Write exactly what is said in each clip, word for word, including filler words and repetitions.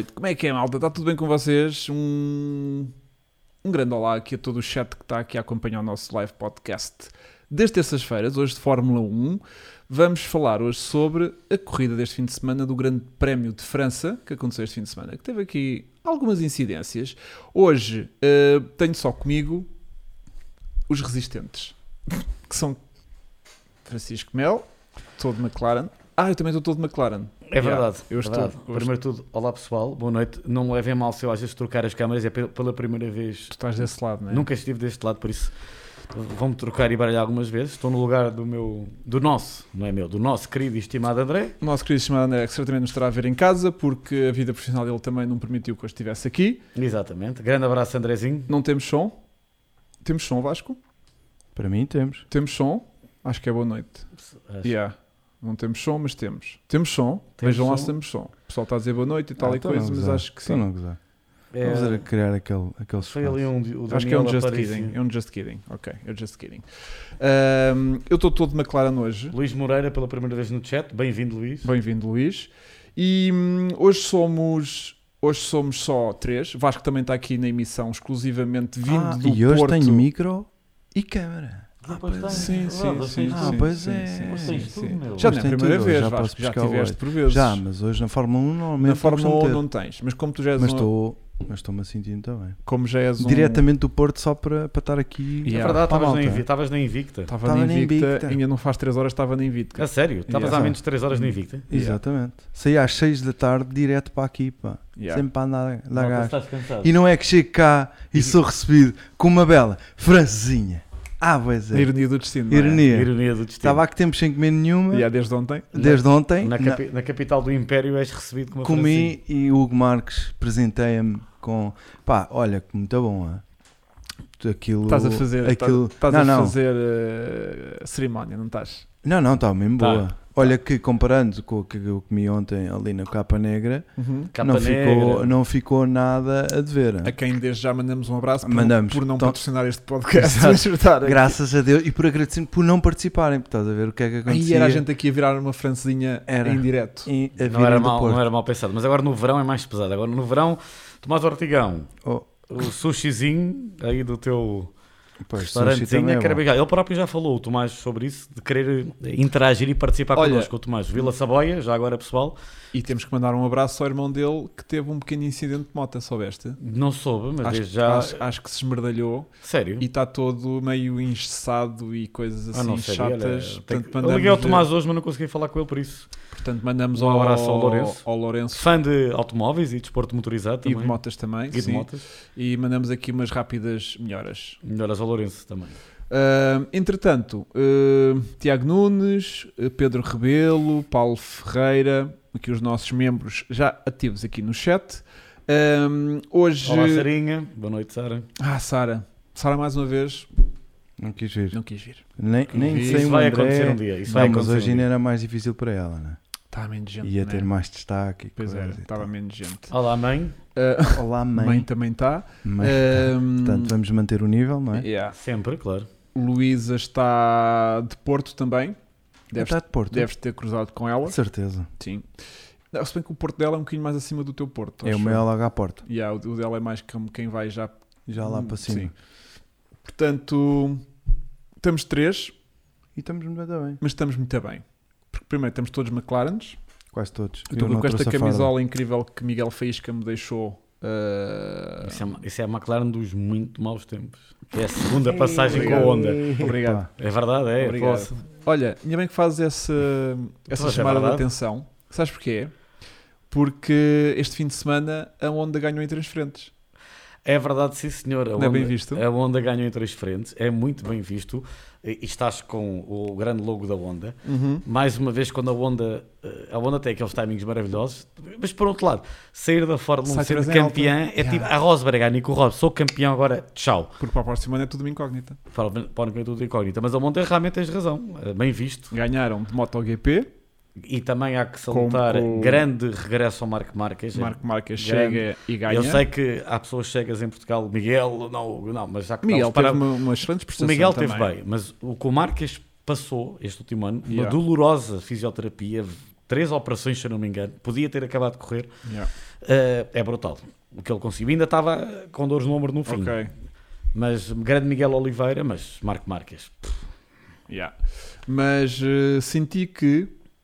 Como é que é, malta? Está tudo bem com vocês? Um, um grande olá aqui a todo o chat que está aqui a acompanhar o nosso live podcast desde terças-feiras, hoje de Fórmula um. Vamos falar hoje sobre a corrida deste fim de semana do Grande Prémio de França, que aconteceu este fim de semana, que teve aqui algumas incidências. Hoje uh, tenho só comigo os resistentes, que são Francisco Mel, todo McLaren. Ah, eu também estou todo McLaren. É verdade. Yeah, eu é estou. verdade. Eu Primeiro estou... de tudo, olá pessoal, boa noite. Não me levem mal se eu às vezes trocar as câmaras, é pela primeira vez. Tu estás desse lado, não é? Nunca estive deste lado, por isso vão-me trocar e baralhar algumas vezes. Estou no lugar do meu, do nosso, não é meu, do nosso querido e estimado André. O nosso querido estimado André, que certamente nos estará a ver em casa, porque a vida profissional dele também não permitiu que eu estivesse aqui. Exatamente. Grande abraço, Andrezinho. Não temos som. Temos som, Vasco? Para mim temos. Temos som. Acho que é boa noite. Acho. Yeah. Não temos som, mas temos. Temos som. Temos Vejam lá som. se temos som. O pessoal está a dizer boa noite e tal Ah, e então coisa, não mas gozar. acho que Então sim. não gozar. É, Vamos a criar aquele, aquele foi espaço. ali um, o Acho que é um Daniel just Aparicio. kidding. É um just kidding. Ok, é um just kidding. Ahm, eu estou todo de McLaren hoje. Luís Moreira pela primeira vez no chat. Bem-vindo, Luís. Bem-vindo, Luís. E hum, hoje somos... Hoje somos só três. Vasco também está aqui na emissão exclusivamente vindo Ah, do e hoje Porto. tenho micro e câmara. Ah, pois pois é. Sim, sim, sim. Ah, sim, pois sim, é. sim, Hoje sim, tens sim. tudo, meu. Já Hoje não é a tem primeira tudo, vez, já Vasco, posso já buscar o tiveste olho. por vezes. Já, mas hoje na Fórmula um normalmente Na Fórmula vamos um ter. não tens, mas como tu já és Mas um, estou, mas estou-me a sentir muito bem. como já és um... Diretamente do Porto só para, para estar aqui. Yeah. É verdade, para a estavas na, malta. Invi- estavas na Invicta. Estava Estava na na Invicta, Invicta. ainda não faz três horas, estava na Invicta. A sério? Estavas Yeah. há menos de três horas na Invicta? Exatamente. Saí às seis da tarde direto para aqui, pá. Yeah. Sempre para andar dar Malta, gás. estás cansado. E não é que chego cá e sou recebido com uma bela francesinha. Ah, pois A é. ironia do destino. não é? Ironia. Ironia do destino. Estava há que tempos sem comer nenhuma. Yeah, desde ontem. Desde ontem. Na, Na- capi- na capital do Império és recebido com uma Comi e o Hugo Marques presenteia-me com pá, olha que muito bom, ah. Aquilo, Estás a fazer, aquilo, estás não, a não, fazer uh, cerimónia, não estás? não, não, está mesmo Tá. boa. Olha que comparando com o que eu comi ontem ali na Capa Negra, Uhum. Capa não, Negra. ficou, não ficou nada a dever. A quem desde já mandamos um abraço por, Mandamos. por não Então- patrocinar este podcast. Exato. Ajudar aqui. Graças a Deus e por agradecer por não participarem, porque estás a ver o que é que Aí acontecia. era a gente aqui a virar uma francesinha Era. em direto. E a Não virem era, do mal, Porto. não era mal pensado, mas agora no verão é mais pesado. Agora no verão, Tomás Ortigão, Oh, o sushizinho aí do teu pois, sushi também restaurantezinho, é é que era bom. bem. Ele próprio já falou, o Tomás, sobre isso, de querer interagir e participar Olha- connosco. O Tomás, Vila Saboia, já agora pessoal, E temos que mandar um abraço ao irmão dele que teve um pequeno incidente de moto, soubeste? não soube, mas Acho, desde já. acho, acho que se esmerdalhou Sério? e está todo meio engessado e coisas Ah, assim não sei, chatas. olha, Portanto, tem que- eu mandamos, liguei ao Tomás hoje, mas não consegui falar com ele por isso. portanto, mandamos Um ao, abraço ao Lourenço. ao Lourenço Fã de automóveis e desporto motorizado e também. de motas também. E de sim. motas. E mandamos aqui umas rápidas melhoras. Melhoras ao Lourenço também. Uh, entretanto, uh, Tiago Nunes, uh, Pedro Rebelo, Paulo Ferreira, aqui os nossos membros já ativos aqui no chat. Um, hoje. Olá, Sarinha. Boa noite, Sara. Ah, Sara. Sara, mais uma vez, Não quis vir. não quis vir. Nem, nem Isso sei Isso o vai André. acontecer um dia. Isso Não, vai mas acontecer hoje um ainda dia. era mais difícil para ela, né? Estava menos gente. Ia né? ter mais destaque. e Pois coisa era, e estava tal. menos gente. Olá, mãe. Uh, Olá, mãe. mãe. também está. Mãe. Um, Portanto, vamos manter o nível, não é? yeah. Sempre, claro. Luísa está de Porto também. Deves, Está de Porto. deves ter cruzado com ela. Com certeza. Sim. Não, se bem que o Porto dela é um bocadinho mais acima do teu Porto. É o acho meu eu. logo à porta. Yeah, o o dela é mais como quem vai já. Já lá para cima. Sim. Portanto, estamos três, E estamos muito bem. mas estamos muito bem. Porque primeiro temos todos McLarens. Quase todos. Eu estou não com esta trouxe a camisola incrível que Miguel Faísca me deixou. uh, Isso é, isso é a McLaren dos muito maus tempos. Que é a segunda passagem com a Honda. Obrigado. Epá, É verdade, é. Obrigado. Posso. Olha, ainda bem que fazes essa, essa Pois é chamada de verdade. atenção. Sabes porquê? Porque este fim de semana a Honda ganhou em três frentes. É verdade, sim, senhor. A Não é Honda- bem visto? A Honda ganhou em três frentes. É muito bem visto. E e estás com o grande logo da Honda. Uhum. Mais uma vez, quando a Honda, eh, a Honda tem aqueles timings maravilhosos, mas por outro lado, sair da Fórmula Sai um sendo três em campeã alta. é tipo Yeah. a Rosberg, a Nico Rosberg, sou campeão agora, tchau. Porque para a próxima ano é tudo uma incógnita. Podem ver tudo incógnita, mas a Honda realmente tens razão, eh, bem visto. Ganharam de MotoGP. E também há que salutar Com- com- grande regresso ao Marco Marques. Marco Marques Grande. chega e ganha. Eu sei que há pessoas cegas em Portugal, Miguel, não, não mas já que Miguel dá-los para... teve uma, uma excelente O prestação Miguel também. teve bem, mas o que o Marques passou este último ano, Yeah. uma dolorosa fisioterapia, três operações, se eu não me engano, podia ter acabado de correr, Yeah. uh, é brutal. O que ele conseguiu, ainda estava com dores no ombro no fim. Ok. Mas grande Miguel Oliveira, mas Marco Marques. Yeah. Mas uh, senti que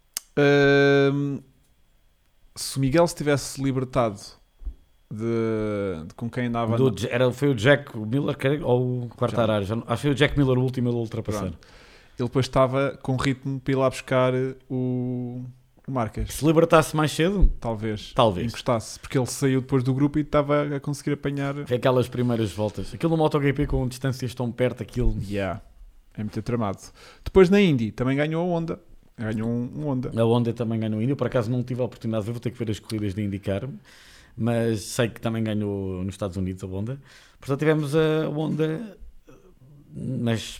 uh, se o Miguel se tivesse libertado de, de com quem andava Do, na... era, foi o Jack Miller creio, ou o Quartararo? Já não- Acho que foi o Jack Miller o último a ultrapassar. Pronto. ele depois estava com ritmo para ir lá buscar o, o Marques. Se libertasse mais cedo, Talvez. talvez. Encostasse. Porque ele saiu depois do grupo e estava a conseguir apanhar. Foi aquelas primeiras voltas. Aquilo no MotoGP com distâncias tão perto, aquilo... Yeah. É muito tramado. Depois na Indy também ganhou a Honda. Ganhou um, um Honda. A Honda também ganhou Indy. Eu, por acaso não tive a oportunidade de ver, vou ter que ver as corridas de IndyCar, mas sei que também ganhou nos Estados Unidos a Honda. Portanto, tivemos a Honda nas,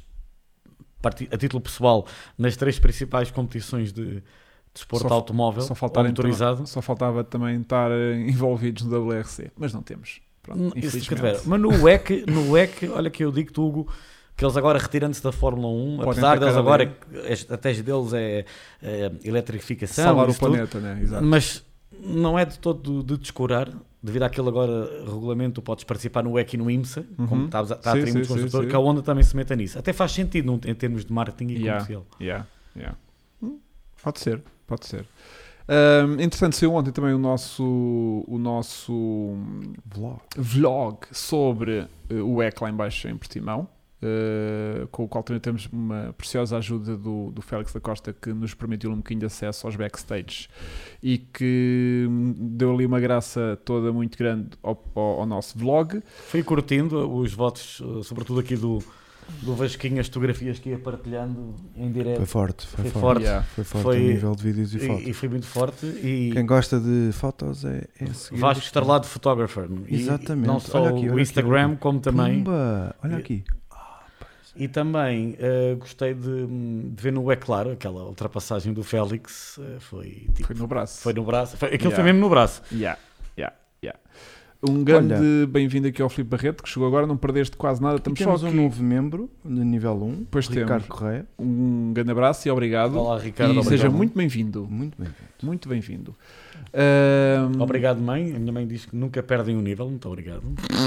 a título pessoal nas três principais competições de desporto Só- automóvel Só, ou faltarem motorizado. também- só faltava também estar eh, envolvidos no W R C. Mas não temos. Pronto, Hum, isso que infelizmente. tiver. Mas no W E C, no W E C, olha que eu digo, Hugo, que eles agora retirando-se da Fórmula um, Podem apesar atacar deles ali. agora, a estratégia deles é, é eletrificação, Salvar o isso tudo, planeta, né? Exato. mas não é de todo de descurar, devido àquele agora regulamento, tu podes participar no W E C e no IMSA, Uhum. como está, está a Sim, ter sim, muitos sim, construtores, sim. que a Honda também se meta nisso. Até faz sentido num- em termos de marketing e Yeah. comercial. Yeah, yeah. Hum, Pode ser, pode ser. Ahm, entretanto, saiu ontem também o nosso, o nosso Vlog. vlog sobre eh, o E C lá em baixo em Portimão, eh, com o qual também temos uma preciosa ajuda do, do Félix da Costa, que nos permitiu um bocadinho de acesso aos backstage e que hum, deu ali uma graça toda muito grande ao, ao- ao nosso vlog. Fui curtindo os votos, eh, sobretudo aqui do, do Vasquinho, as fotografias que ia partilhando em direto. Foi forte, foi, Foi forte. forte. Yeah. Foi forte Foi- a nível de vídeos e, fotos. E, e foi muito forte. E Quem gosta de fotos é, é seguir Vasco isto. Estrelado Photographer. E Exatamente. não só Olha aqui, olha o aqui, Instagram, olha aqui. como também. Pumba! Olha E- aqui. E também eh, gostei de, de ver no É Claro, aquela ultrapassagem do Félix. eh, foi, tipo, Foi no braço. foi no braço. Foi, aquilo Yeah. foi mesmo no braço. Yeah, yeah, yeah. Um grande bem-vindo aqui ao Filipe Barreto, que chegou agora, não perdeste quase nada. E Estamos temos só um aqui. novo membro de nível um, Pois Ricardo temos. Correia. Um grande abraço e obrigado. Olá, Ricardo. e obrigado. seja muito bem-vindo. Muito bem-vindo. Muito bem-vindo. Ahm, Obrigado, mãe. A minha mãe diz que nunca perdem um nível. Muito obrigado.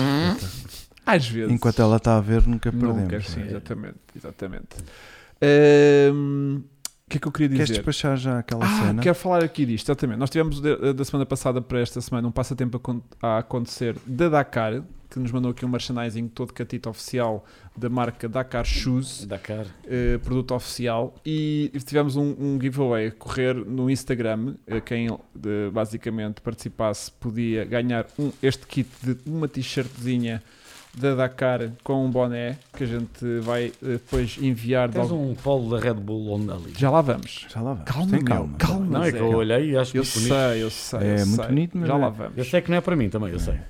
Às vezes. Enquanto ela está a ver, nunca Nunca, perdemos. sim, não é? exatamente. exatamente. Ahm, O que é que eu queria dizer? Queres despachar já aquela Ah, cena? quero falar aqui disto, exatamente. Nós tivemos de- da semana passada para esta semana um passatempo a con- a acontecer da Dakar, que nos mandou aqui um merchandising todo catito oficial da marca Dakar Shoes, Dakar. eh, produto oficial, e tivemos um, um giveaway a correr no Instagram. Eh, quem eh, basicamente participasse podia ganhar um, este kit de uma t-shirtzinha da Dakar com um boné que a gente vai eh, depois enviar. de Tens algum- um polo da Red Bull onde ali. Já lá vamos. Já lá vamos. Calma, Tem meu, calma. calma. Não, é que eu Zé. olhei e acho Eu muito bonito. sei, eu sei. É eu muito sei. bonito, mas Já é- lá vamos. Eu sei que não é para mim também, eu sei.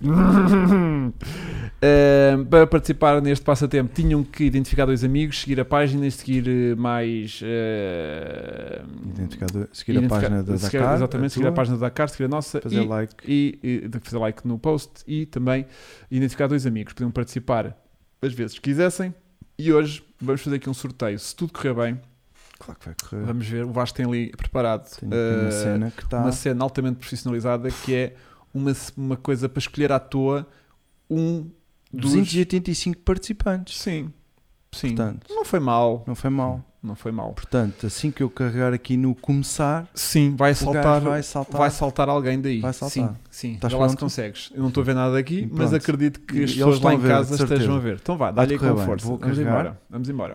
Uh, para participar neste passatempo tinham que identificar dois amigos, seguir a página e seguir uh, mais uh, Identificado, seguir a identificar- página da seguir- Dakar. exatamente, seguir a tua, página da Dakar, seguir a nossa fazer e, like. e, e de fazer like no post e também identificar dois amigos. Podiam participar às vezes que quisessem e hoje vamos fazer aqui um sorteio. Se tudo correr bem, Claro que vai correr. vamos ver. O Vasco tem ali preparado Tenho aqui uma uh, cena que está. uma cena altamente profissionalizada que é uma, uma coisa para escolher à toa um dos... duzentos e oitenta e cinco participantes. Sim, sim. Portanto, Não foi mal. não foi mal. Não foi mal. Portanto, assim que eu carregar aqui no começar, Sim, vai o saltar, gajo vai, vai saltar. saltar alguém daí. Vai saltar. Sim, sim. Estás Vê lá se pronto? consegues. Eu não estou a ver nada aqui, Pronto. mas acredito que E as eles pessoas estão lá a em ver, casa de certeza. estejam a ver. Então vá, Vai dá-lhe correr com bem. força. Vou Vamos carregar. embora. Vamos embora.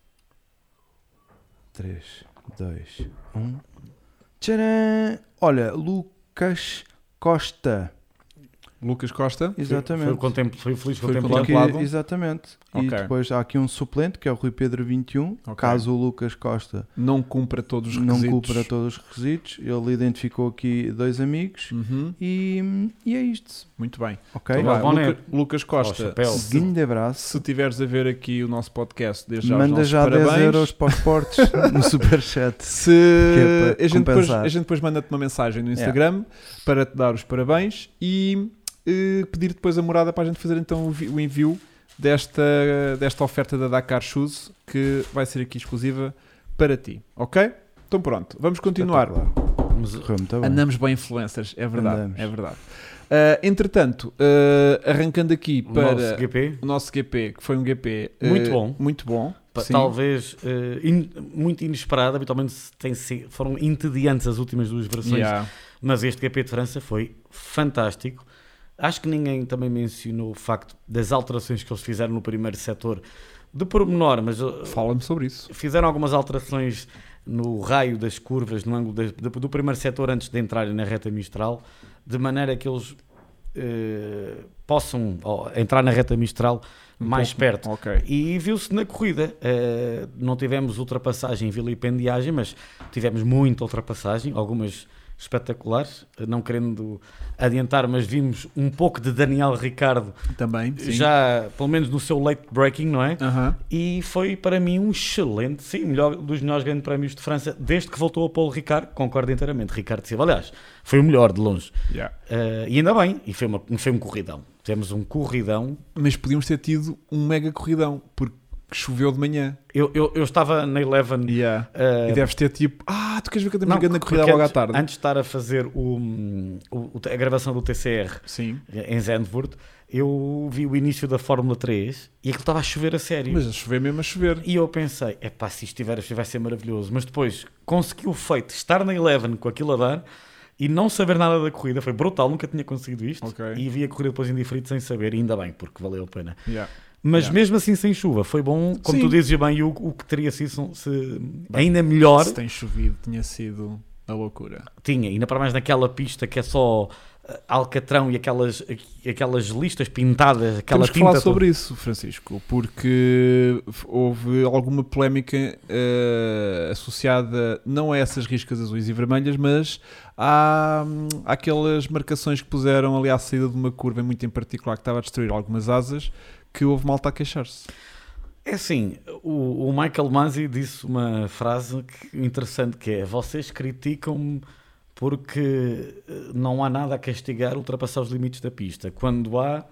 três, dois, um. Tcharam! Olha, Lucas Costa. Lucas Costa. Exatamente. Foi o, contemplo, foi o feliz Foi o contemplado. Que- contemplado. exatamente. Ok. E depois há aqui um suplente que é o Rui Pedro vinte e um. Ok. Caso o Lucas Costa Não cumpra todos os não requisitos. cumpra todos os requisitos, ele identificou aqui dois amigos Uhum. e, e é isto. Muito bem. Ok? Então vá, Boné. Luca- Lucas Ao Costa. chapéu. Se, Grande abraço. se tiveres a ver aqui o nosso podcast, desde já os Manda nossos já parabéns. dez euros para os portes no Superchat. Se é para a, gente depois, compensar. a gente depois manda-te uma mensagem no Instagram para te dar os parabéns e eh, pedir depois a morada para a gente fazer então o, vi- o envio desta, desta oferta da Dakar Shoes que vai ser aqui exclusiva para ti, ok? Então pronto, vamos continuar. Espetacular. Mas, Correu muito bem. Andamos bem influencers, é verdade. Andamos. É verdade. Uh, entretanto, uh, arrancando aqui o para nosso G P, o nosso G P, que foi um G P uh, Muito bom. muito bom. pa- Sim. talvez uh, in- muito inesperado, habitualmente tem, se- foram entediantes as últimas duas versões, Yeah. mas este G P de França foi fantástico. Acho que ninguém também mencionou o facto das alterações que eles fizeram no primeiro setor, de pormenor, mas uh, Fala-me sobre isso. fizeram algumas alterações no raio das curvas, no ângulo das- do, do primeiro setor antes de entrarem na reta Mistral, de maneira que eles eh, possam ó, entrar na reta Mistral Um mais pouco- perto. Ok. E viu-se na corrida, eh, não tivemos ultrapassagem vilipendiagem, mas tivemos muita ultrapassagem, algumas espetaculares, não querendo adiantar, mas vimos um pouco de Daniel Ricciardo Também. Sim. já, pelo menos no seu late breaking, não é? Aham. E foi para mim um excelente, sim, melhor, dos melhores grandes prémios de França desde que voltou a Paulo Ricard, concordo inteiramente. Ricardo Silva, aliás, foi o melhor de longe. Yeah. Uh, e ainda bem, e foi, uma, foi um corridão. Temos um corridão. Mas podíamos ter tido um mega corridão, porque choveu de manhã. Eu, eu, eu estava na Eleven. Yeah. uh, E deves ter tipo, ah, tu queres ver que eu tenho não, uma grande porque corrida logo à antes- tarde? Antes de estar a fazer o, o- a gravação do T C R Sim. em Zandvoort, eu vi o início da Fórmula três e aquilo estava a chover a sério. Mas a chover mesmo a chover. E eu pensei, é pá, se isto estiver a chover vai ser maravilhoso. Mas depois consegui o feito, estar na Eleven com aquilo a dar e não saber nada da corrida. Foi brutal, nunca tinha conseguido isto. Ok. E vi a corrida depois em diferido sem saber, e ainda bem, porque valeu a pena. Yeah. Mas Yeah. mesmo assim sem chuva, foi bom. Como Sim. tu dizes bem, o, o que teria sido se, ainda melhor Se tem chovido, tinha sido a loucura. tinha. Ainda para mais naquela pista que é só eh, alcatrão e aquelas, aquelas listas pintadas, aquela Temos que tinta falar toda. sobre isso, Francisco, porque houve alguma polémica eh, associada não a essas riscas azuis e vermelhas, mas há, hum, àquelas marcações que puseram ali à saída de uma curva, muito em particular, que estava a destruir algumas asas, que houve malta a queixar-se. É assim, o, o Michael Masi disse uma frase que- interessante que é: vocês criticam-me porque eh, não há nada a castigar ultrapassar os limites da pista. Quando há,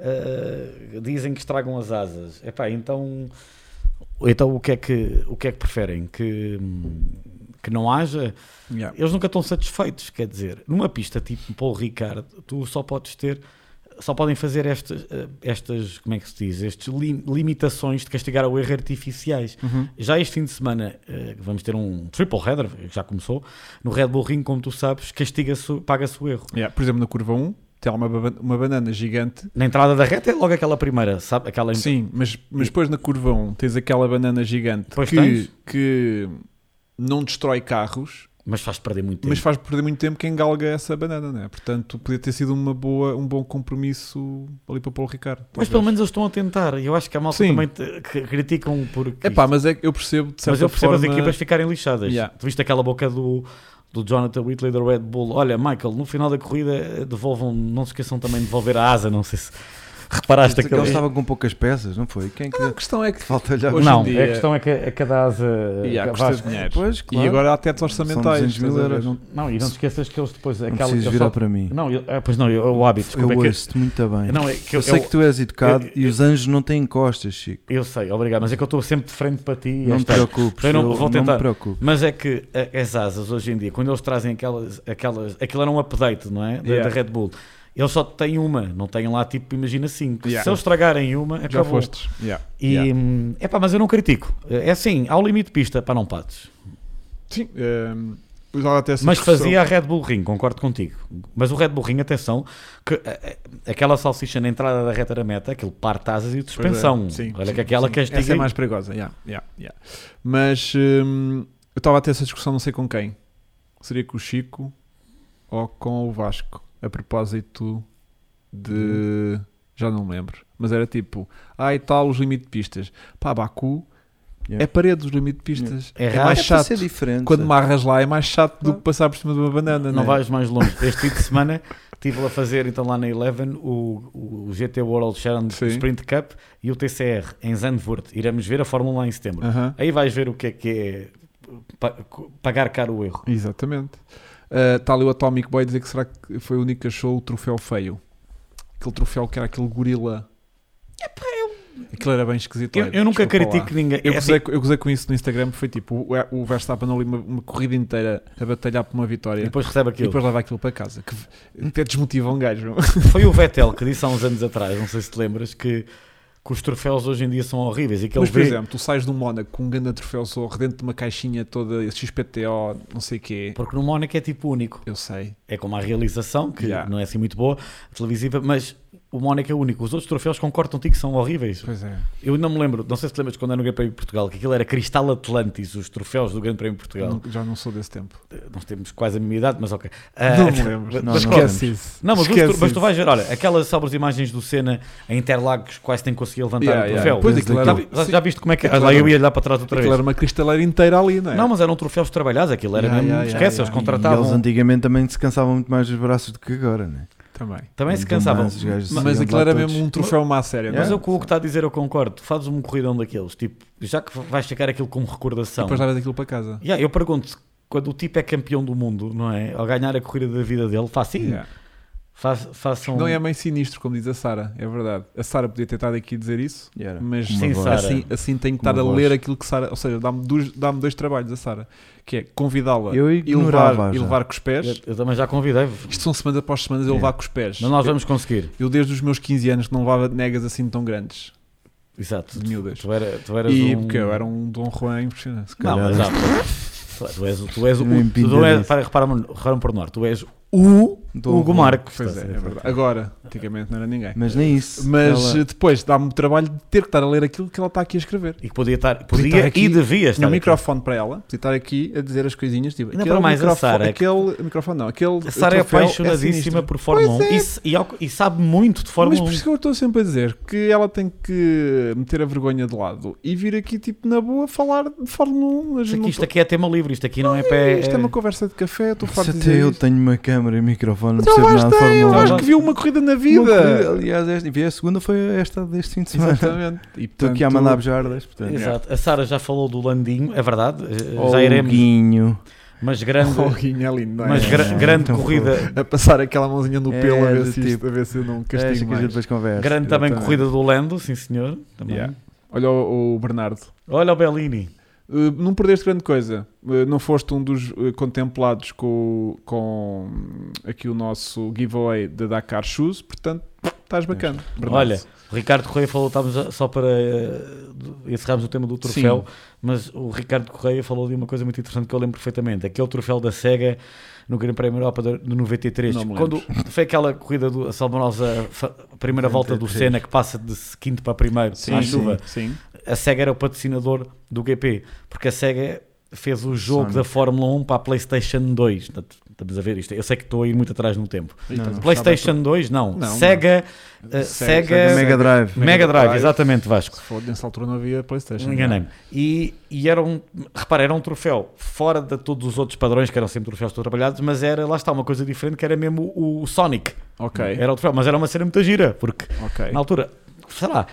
eh, dizem que estragam as asas. Epá, então, então o, que é que, o que é que preferem? Que, hum, que não haja? Yeah. Eles nunca estão satisfeitos, quer dizer, numa pista tipo Paul Ricard, tu só podes ter, só podem fazer estas, eh, estas como é que se diz, estas lim- limitações de castigar o erro artificiais. Uhum. Já este fim de semana eh, vamos ter um triple header, que já começou, no Red Bull Ring, como tu sabes, castiga-se, paga-se o erro. Yeah. Por exemplo, na curva um, tem lá uma, ba- uma banana gigante. Na entrada da reta é logo aquela primeira, sabe? Aquela Sim, mas, mas depois na curva um tens aquela banana gigante Pois que, tens. que não destrói carros, Mas faz perder muito tempo. mas faz perder muito tempo quem galga essa banana, né? Portanto, podia ter sido uma boa, um bom compromisso ali para o Paulo Ricardo. Mas talvez. pelo menos eles estão a tentar. E eu acho que a malta Sim. também te- que criticam porque. É pá, mas é que eu percebo de certa Mas eu percebo forma... as equipas ficarem lixadas. Yeah. Tu viste aquela boca do, do Jonathan Whitley da Red Bull? Olha, Michael, no final da corrida devolvam, não se esqueçam também de devolver a asa. Não sei se reparaste Eles aquele. estavam com poucas peças, não foi? Quem é que A questão é que falta-lhe a Hoje Não, em dia- a questão é que a cada asa. yeah, Vasco- custa dinheiro. Pois, claro. E agora há tetos orçamentais. São duzentos mil estás a ver? euros. Não- Não, e não te esqueças que eles depois. Não Aquela, precisas eu virar só- para mim. Não, eu, ah, pois não, eu, o hábito. Eu desculpa, é que- ouço-te muito bem. Não, é que eu, eu, sei eu- que tu és educado eu- e os anjos não têm costas, Chico. eu sei, obrigado, mas é que eu estou sempre de frente para ti. e Não te esta- preocupes. Eu não- eu vou não tentar. me preocupo. Mas é que a- as asas hoje em dia, quando eles trazem aquelas, aquelas aquilo era um update, não é? Da, Yeah. da Red Bull. Eles só têm uma, não têm lá tipo, imagina cinco. Yeah. Se eles estragarem uma, Já acabou. fostes. Yeah. E Yeah. hum, epá, mas eu não critico. É assim, ao limite de pista, para não pates. Sim. ehm, usava até essa Mas discussão. fazia a Red Bull Ring, concordo contigo. Mas o Red Bull Ring, atenção, que eh, eh, aquela salsicha na entrada da reta da meta, aquilo parte asas e Pois é. suspensão. Sim, Olha sim, que aquela sim. castiga. Essa é mais perigosa. Yeah, yeah, yeah. Mas hum, eu estava a ter essa discussão, não sei com quem. Seria com o Chico ou com o Vasco, a propósito de. Já não me lembro. Mas era tipo, ah, e tal, os limites de pistas. Pá, Baku Yeah. é parede, os limites de pistas. É É, raro. mais É para chato. ser diferente. Quando marras lá é mais chato do que passar por cima de uma banana. Não né? vais mais longe. Este fim de semana estive a fazer então lá na Eleven o, o G T World Challenge Sim. Sprint Cup e o T C R em Zandvoort. Iremos ver a Fórmula lá em setembro. Aham. Aí vais ver o que é que é pa- pagar caro o erro. Exatamente. Está ali o Atomic Boy a dizer que será que foi o único que achou o troféu feio. Aquele troféu que era aquele gorila. Aquilo era bem esquisito. Eu, eu nunca Desculpa critico lá. ninguém. Eu É gozei, assim, eu gozei com isso no Instagram. Foi tipo o, o Verstappen ali uma, uma corrida inteira a batalhar por uma vitória e depois recebe e aquilo. depois leva aquilo para casa. Que até desmotiva um gajo. Meu. Foi o Vettel que disse há uns anos atrás, não sei se te lembras, que, que os troféus hoje em dia são horríveis. E que Mas, ele por vê... exemplo, tu sais do Mónaco com um grande troféu Zorro dentro de uma caixinha toda X P T O, não sei o quê. Porque no Mónaco é tipo único. Eu sei. É como a realização, que Yeah. não é assim muito boa, televisiva, mas o Mónaco é único. Os outros troféus concordo contigo que são horríveis. Pois é. Eu não me lembro, não sei se te lembras quando era no Grande Prémio de Portugal, que aquilo era Cristal Atlantis, os troféus do Grande Prémio de Portugal. Não- já não sou desse tempo. Nós temos quase a mesma idade, mas ok. Não Ah, me lembro. mas- Não, mas não pronto. Esquece isso. Não, mas, os Esquece tro- mas tu isso. vais ver, olha, aquelas sabres imagens do Senna em Interlagos quase nem conseguia levantar Yeah, o yeah. troféu. Pois, aquilo já, era- vi- já- sim. já viste como é que é? Aquilo Lá eu era- ia olhar para trás outra vez. Aquilo era uma cristaleira inteira ali, não é? Não, mas eram troféus trabalhados, aquilo era Yeah, mesmo, yeah, esquece, yeah, eles yeah. E contratavam. eles antigamente também se cansavam muito mais dos braços do que agora, né? Também. Também se Então, cansavam. mas os gajos Mas- Mas iam aquilo lá era todos. mesmo um troféu má séria. Mas não é? eu com o que está a dizer eu concordo. Tu fazes um corridão daqueles, tipo, já que vais chegar aquilo como recordação. Depois levas aquilo para casa. Yeah, eu pergunto, quando o tipo é campeão do mundo, não é? Ao ganhar a corrida da vida dele, faz assim, Yeah. faz, façam... Não é meio sinistro, como diz a Sara, é verdade. A Sara podia ter estado aqui a dizer isso, E era. mas Com uma Sim, voz. Sara. assim, assim tenho que Com estar a uma ler voz. aquilo que Sara. Ou seja, dá-me dois, dá-me dois trabalhos a Sara, que é convidá-la Eu e ignorava levar, e já. levar com os pés. Eu, eu também já convidei, Isto são semanas após semanas eu É. levar com os pés. mas nós vamos conseguir. Eu, desde os meus quinze anos, que não levava negas assim tão grandes, Exato. de miúdas. Tu, era, tu eras E um... porque eu era um Dom Juan impressionante. Não, calhar. exato. Tu, tu és, o- tu és o... Nem Tu, pinta tu és, disso. para, repara-me repara por nós, tu és o Dom Hugo Juan. Marcos. Pois é, Estás a é ver? verdade. Agora, antigamente não era ninguém. Mas nem isso. Mas Ela- eh, depois dá-me o trabalho de ter que estar a ler aquilo que ela está aqui a escrever. E que podia estar, Podia podia estar aqui, e devia estar Tinha um aqui. microfone para ela, podia estar aqui a dizer as coisinhas. Tipo, Ainda aquele para mais a microfone, Sara, que- aquele microfone não, aquele A Sara é troféu apaixonadíssima sinistro. por Fórmula Pois um é. e, se- e, ao- e sabe muito de Fórmula Mas por um. isso que eu estou sempre a dizer que ela tem que meter a vergonha de lado e vir aqui, tipo, na boa, falar de Fórmula um. Mas Isto aqui, não isto tô- aqui é tema livre, isto aqui não é pé. Isto é uma conversa de café, eu estou Se farto de até dizer eu isto. tenho uma câmera e microfone, não Então percebo vais nada de ter, eu Fórmula acho um. que viu uma corrida na Uma corrida, vida. aliás, esta, e a segunda foi esta deste fim de semana. Exatamente. E, Estou aqui a portanto, mandar bejardas, portanto. Exato. A Sara já falou do Landinho, é verdade. eh, Oh, já iremos. Guinho. Mas grande, Oh, Guinho, é lindo, não é? mas gra- É, grande então, corrida. A passar aquela mãozinha no É, pelo a, ver do se isto- tipo, a ver se eu não É, castigo acho que a gente mais. depois conversa. Grande também exatamente. corrida do Lando, sim senhor. Também. Yeah. Olha o, o Bernardo. Olha o Bellini. Uh, não perdeste grande coisa. Uh, não foste um dos uh, contemplados com, com aqui o nosso giveaway da Dakar Shoes, portanto, estás bacana. Bernardo. Olha, o Ricardo Correia falou, estávamos a- só para eh, encerrarmos o tema do troféu, mas o Ricardo Correia falou de uma coisa muito interessante que eu lembro perfeitamente. Aquele troféu da SEGA no Grande Prémio Europa de de noventa e três, Não me quando foi aquela corrida do a salmorosa fa- a primeira volta do noventa e três. Senna que passa de quinto para primeiro sim, à sim, chuva. sim. A SEGA era o patrocinador do G P, porque a SEGA fez o jogo Sonic. da Fórmula um para a PlayStation dois. Portanto, estamos a ver isto. Eu sei que estou a ir muito atrás no tempo. E Não, estás a não. PlayStation dois, não. Não, SEGA, não. uh, Sega- SEGA, Mega Drive. Mega Drive, Drive. exatamente, Vasco. Se for nessa altura não havia Playstation. Enganei-me. E, e era um, repara, era um troféu fora de todos os outros padrões, que eram sempre troféus todos trabalhados, mas era, lá está, uma coisa diferente, que era mesmo o, o Sonic. Ok, Era o troféu, mas era uma cena muito gira, porque ok. na altura, sei lá,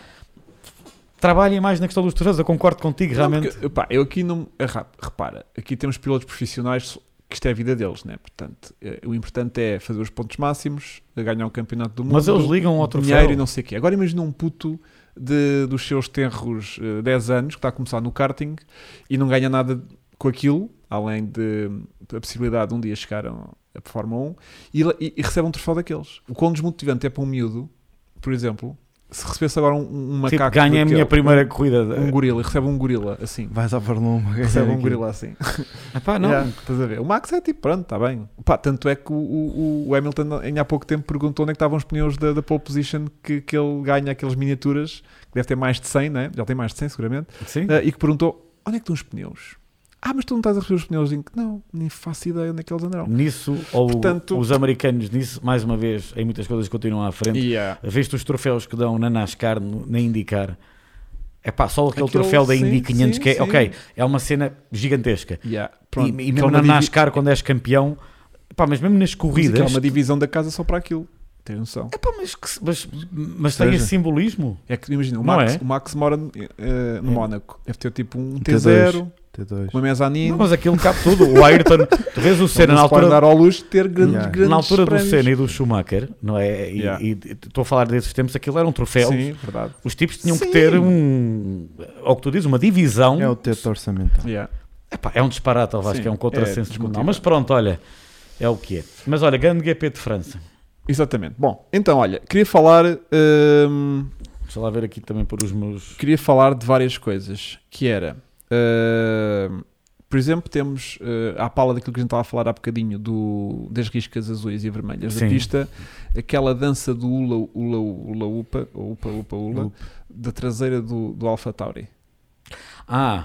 trabalhem mais na questão dos troféus, eu concordo contigo, Não, realmente. porque, pá, eu aqui não. ah, Repara, aqui temos pilotos profissionais que isto é a vida deles, né? Portanto, eh, o importante é fazer os pontos máximos, ganhar um campeonato do mundo. Mas eles ligam ao troféu. dinheiro e não sei o quê. Agora imagina um puto de, dos seus tenros eh, dez anos que está a começar no karting e não ganha nada com aquilo, além de a possibilidade de um dia chegar a, a Fórmula um e, e, e recebe um troféu daqueles. O quão desmotivante é para um miúdo, por exemplo, se recebesse agora um, um macaco Tipo, ganha a daquele, minha primeira corrida. um, um gorila, e recebe um gorila assim. Vais à Fórmula um. Recebe um gorila assim. Epá, não. Yeah, estás a ver? O Max é tipo, pronto, está bem. Pá, tanto é que o, o, o Hamilton ainda há pouco tempo perguntou onde é que estavam os pneus da, da pole position que, que ele ganha aquelas miniaturas, que deve ter mais de cem, né? Já tem mais de cem seguramente, Sim. uh, e que perguntou, onde é que estão os pneus? Ah, mas tu não estás a receber os pneus? Digo, não, nem faço ideia onde é que eles andaram. Nisso, ou Portanto- os americanos, nisso, mais uma vez, em muitas coisas continuam à frente. Yeah. Vês-te os troféus que dão na NASCAR, no- na IndyCar. É pá, só aquele Aquilo, troféu da sim, Indy quinhentos sim, que é, sim. ok, é uma cena gigantesca. Yeah. E, Pronto. e Que é mesmo uma na divi- NASCAR, quando és campeão, pá, mas mesmo nas mas aquilo corridas, é uma divisão da casa só para aquilo. Tem noção. É pá, mas, que- mas, mas tem Seja. esse simbolismo. É que imagina, o Não Max, é? o Max mora eh, no É. Mónaco. Deve ter tipo um T T dois. zero, T dois. uma mesaninha. Não, mas aquilo cabe tudo. O Ayrton, tu vês o Senna na Não se pode altura, dar ao luxo de ter grandes, Yeah. grandes na altura do prémios. Senna e do Schumacher, não é? E Yeah. e estou a falar desses tempos, aquilo era um troféu. Sim, verdade. Os tipos tinham Sim. que ter um, ao que tu dizes, uma divisão. É o teto orçamental. Yeah. Epá, é um disparate, eu acho Sim, que é um é contrassenso discutível. descomunal. Mas pronto, olha, é o que é. Mas olha, grande G P de França. Exatamente. Bom, então olha, queria falar, hum, Deixa lá ver aqui também por os meus... queria falar de várias coisas. Que era, hum, por exemplo, temos uh, à pala daquilo que a gente estava a falar há bocadinho do, das riscas azuis e vermelhas da Sim. pista, aquela dança do ula ula ula upa, ou upa upa ula, Upa. da traseira do, do Alpha Tauri. Ah,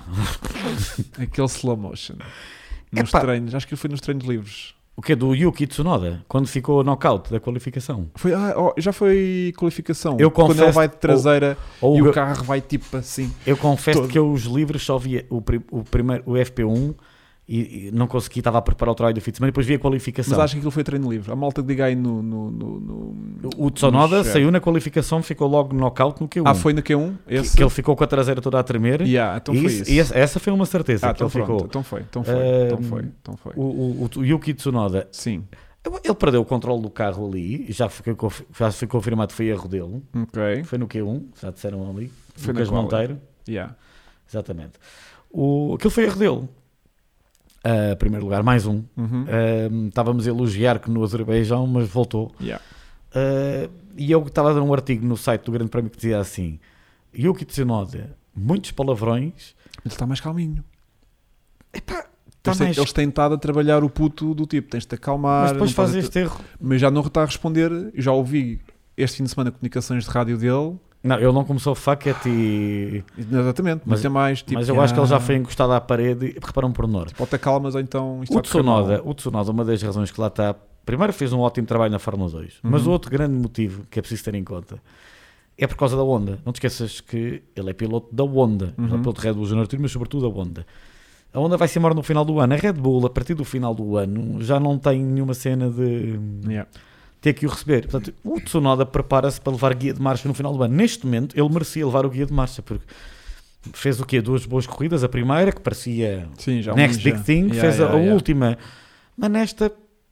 Aquele slow motion. Nos Epá. treinos, acho que foi nos treinos livres. o que é do Yuki Tsunoda? Quando ficou knockout da qualificação. Foi, ah, oh, já foi qualificação. Eu Quando ele confesso- vai de traseira Ou e o- o carro vai tipo assim. Eu confesso todo. que eu os livros só via o, pri- o primeiro, o F P um e, e não consegui, estava a preparar o trabalho do fim de semana e depois vi a qualificação. Mas acho que aquilo foi treino livre. A malta que diga aí no. no, no, no O Tsunoda no- saiu na qualificação, ficou logo knockout no Q um. Ah, foi no Q um? Que, Esse? que ele ficou com a traseira toda a tremer. Yeah, então e foi isso- isso. e essa, essa foi uma certeza Ah, que então, ele pronto, ficou. então foi, então foi, Ahm, então foi, então foi. O, o, o Yuki Tsunoda, Sim, ele perdeu o controle do carro ali, já foi, conf- já foi confirmado que foi erro dele. ok. Foi no Q um, já disseram ali. Foi na Lucas quali. Monteiro. Yeah. Exatamente. O, aquilo foi erro dele. Ah, primeiro lugar, mais um. Uhum. Ah, estávamos a elogiar que no Azerbaijão, mas voltou. Yeah. Ah, e eu estava a dar um artigo no site do Grande Prémio que dizia assim: Yuki Tsunoda, muitos palavrões. Ele está mais calminho. Epá, Eles, está têm, mais... eles têm estado a trabalhar o puto do tipo, tens de te acalmar. Mas depois não faz podes- este erro. Mas já não está a responder. Eu já ouvi este fim de semana comunicações de rádio dele. Não, ele não começou fuck it e... Exatamente, Mas- mas é mais tipo. mas eu acho que ele já ah, foi encostado à parede e repara um pormenor. Ou te acalmas ou então isto O vai correr mal. Tsunoda, o Tsunoda, uma das razões que lá está, primeiro fez um ótimo trabalho na Fórmula dois, Uhum. mas o outro grande motivo que é preciso ter em conta é por causa da Honda. Não te esqueças que ele é piloto da Honda, Uhum. não é piloto de Red Bull Junior Tour, mas sobretudo da Honda. A Honda vai-se embora no final do ano. A Red Bull, a partir do final do ano, já não tem nenhuma cena de Yeah. ter que o receber. Portanto, o Tsunoda prepara-se para levar guia de marcha no final do ano. Neste momento, ele merecia levar o guia de marcha, porque fez o quê? Duas boas corridas. A primeira, que parecia Sim, já um next ninja. big thing, Yeah, fez a, yeah, a yeah. última. Mas nesta,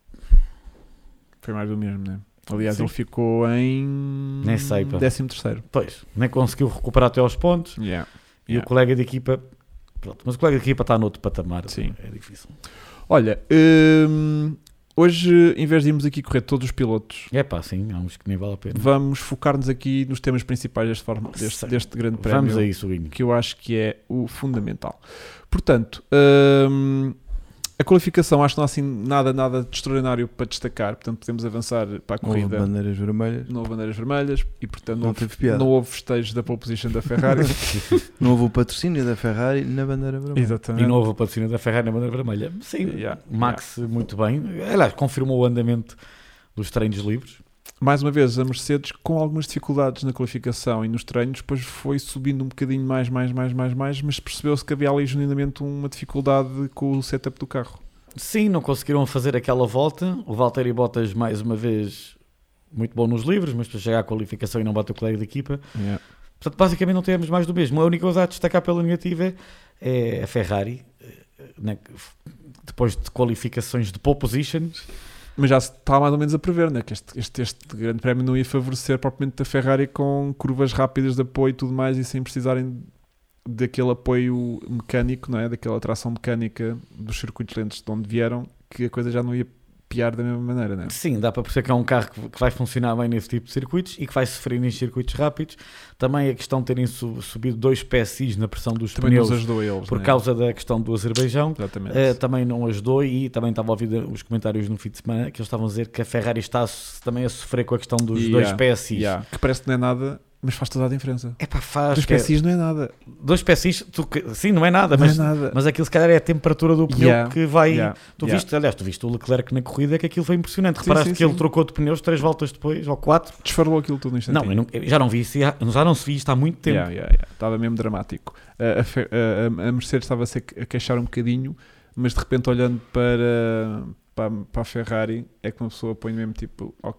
Foi mais do mesmo, né? Aliás, Sim. ele ficou em Nem sei, pá. décimo terceiro. pois, nem conseguiu recuperar até aos pontos. Yeah. E Yeah. o colega de equipa, pronto, mas o colega de equipa está noutro patamar. Sim. É difícil. Olha, hum, hoje, em vez de irmos aqui correr todos os pilotos, É pá, sim, há uns que nem vale a pena. vamos focar-nos aqui nos temas principais deste, forma, deste, Sim. deste grande prémio, Vamos a isso, Guinho. que eu acho que é o fundamental. Portanto, hum, a qualificação acho que não há assim nada, nada de extraordinário para destacar, portanto podemos avançar para a Houve corrida. bandeiras vermelhas. Não houve bandeiras vermelhas e portanto não, Não houve, teve piada. não houve festejos da pole position da Ferrari. Não houve o patrocínio da Ferrari na bandeira vermelha. Exatamente. E não houve a patrocínio da Ferrari na bandeira vermelha. Sim, Yeah, Max muito bem. Aliás, confirmou o andamento dos treinos livres. Mais uma vez, a Mercedes com algumas dificuldades na qualificação e nos treinos, depois foi subindo um bocadinho mais, mais, mais, mais, mais, mas percebeu-se que havia ali genuinamente uma dificuldade com o setup do carro. Sim, não conseguiram fazer aquela volta. O Valtteri Bottas, mais uma vez, muito bom nos livros, mas para chegar à qualificação e não bate o colega de equipa. Yeah. Portanto, basicamente não temos mais do mesmo. A única coisa a destacar pela negativa é a Ferrari, né, depois de qualificações de pole positions. Mas já se está mais ou menos a prever, né? Que este, este, este grande prémio não ia favorecer propriamente a Ferrari com curvas rápidas de apoio e tudo mais e sem precisarem daquele apoio mecânico, não é? Daquela tração mecânica dos circuitos lentos de onde vieram, que a coisa já não ia piar da mesma maneira, não é? Sim, dá para perceber que é um carro que que vai funcionar bem nesse tipo de circuitos e que vai sofrer em circuitos rápidos. Também a questão de terem su- subido dois P S Is na pressão dos Também pneus nos ajudou a eles, por né? causa da questão do Azerbaijão. Exatamente. Uh, também não ajudou e também estava a ouvir os comentários no fim de semana que eles estavam a dizer que a Ferrari está a so- também a sofrer com a questão dos Yeah, dois P S Is. Yeah. Que parece que não é nada, mas faz toda a diferença. É pá, faz. Dois que é- P S Is não é nada. Dois P S Is, tu que- sim, não é nada, Não mas, é nada. mas aquilo se calhar é a temperatura do pneu Yeah, que vai. Yeah, Tu yeah. viste, aliás, tu viste o Leclerc na corrida, que aquilo foi impressionante. Sim, Reparaste sim, que ele sim. trocou de pneus três voltas depois, ou quatro. Desfarlou aquilo tudo no instantinho. Não, eu não- eu já não vi isso, já já não se vi isto há muito tempo. Yeah, yeah, yeah. Estava mesmo dramático. A, a Fe- a- a Mercedes estava-se a que- a queixar um bocadinho, mas de repente olhando para, para, para a Ferrari é que uma pessoa põe mesmo tipo, ok,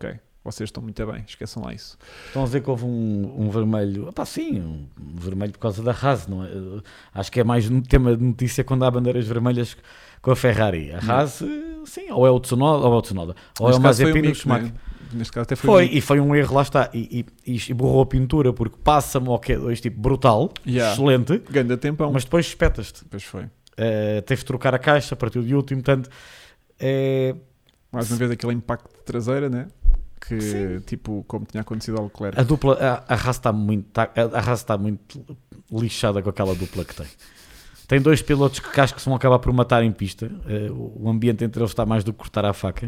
vocês estão muito bem, esqueçam lá isso. Estão a dizer que houve um, um vermelho, pá, sim, um vermelho por causa da Haas, não é? Acho que é mais um tema de notícia quando há bandeiras vermelhas com a Ferrari. A Haas, sim, ou é o Tsunoda, ou é o Tsunoda, ou Neste é o caso foi Mazepin, o o Mick, Schumacher. né? Neste caso até foi, Foi, o Mick. e foi um erro, lá está, e, e, e borrou a pintura, porque passa-me ao Q dois, tipo, brutal, Yeah. excelente, Ganda tempão. mas depois espetas-te. Pois foi. Uh, teve de trocar a caixa, partiu de último, portanto, é... Mais uma vez aquele impacto de traseira, né? Que Sim. tipo, como tinha acontecido ao Leclerc. a dupla, a, a Haas está muito, tá- a Haas está muito lixada com aquela dupla que tem. Tem dois pilotos que acho que se vão acabar por matar em pista. Uh, o ambiente entre eles está mais do que cortar a faca.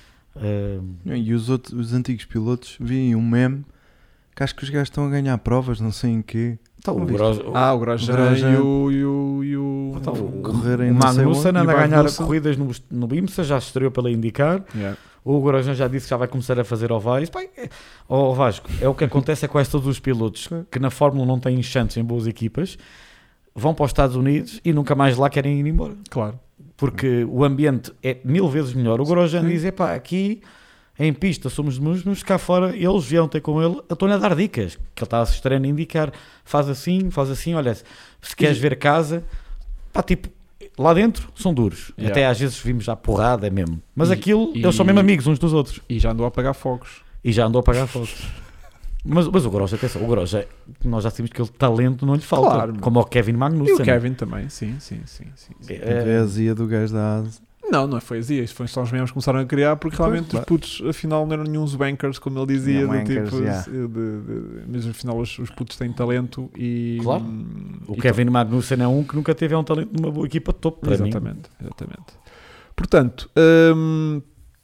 Uh, E os, outros, os antigos pilotos, vi um meme que acho que os gajos estão a ganhar provas, não sei em quê. então, o, Não viste? Gros- Ah, o Grosjean, o Grosjean. e o... E o, e o... então, o, correr em o não sei Magnussen onde. anda E o a ganhar Magnussen. corridas no, no IMSA, já se estreou pela IndyCar. Yeah. O Grosjean já disse que já vai começar a fazer ovais. Pai, é, ó Vasco, é o que acontece é com quase todos os pilotos que na Fórmula não têm chances em boas equipas, vão para os Estados Unidos e nunca mais lá querem ir embora. Claro. Porque o ambiente é mil vezes melhor. O Grosjean Sim. diz, epá, aqui em pista somos os mesmos, cá fora eles vieram ter com ele, eu estou-lhe a dar dicas, que ele está a se estreando a indicar, faz assim, faz assim, olha, se queres ver casa, pá, tipo, lá dentro são duros. Yeah. Até às vezes vimos já porrada, é mesmo. Mas E- aquilo, e- eles são mesmo amigos uns dos outros. E já andou a apagar fogos. E já andou a pagar fogo. Mas, mas o Grosjean, atenção, o Grosjean, nós já sabemos que ele talento não lhe falta, Claro. como ao Kevin E Magnussen. o Kevin também, sim, sim, sim. sim, sim. É, É a azia do gajo da asa. Não, não foi assim. Isto foi só os mesmos que começaram a criar porque Pois, realmente claro. os putos, afinal, não eram nenhum wankers, como ele dizia. Yeah, do wankers, tipo, yeah. de- de- de- mas afinal, os, os putos têm talento e. Claro. hum, o e Kevin Magnussen é um que nunca teve um talento numa boa equipa de topo, para mim. Exatamente, exatamente. Portanto, hum,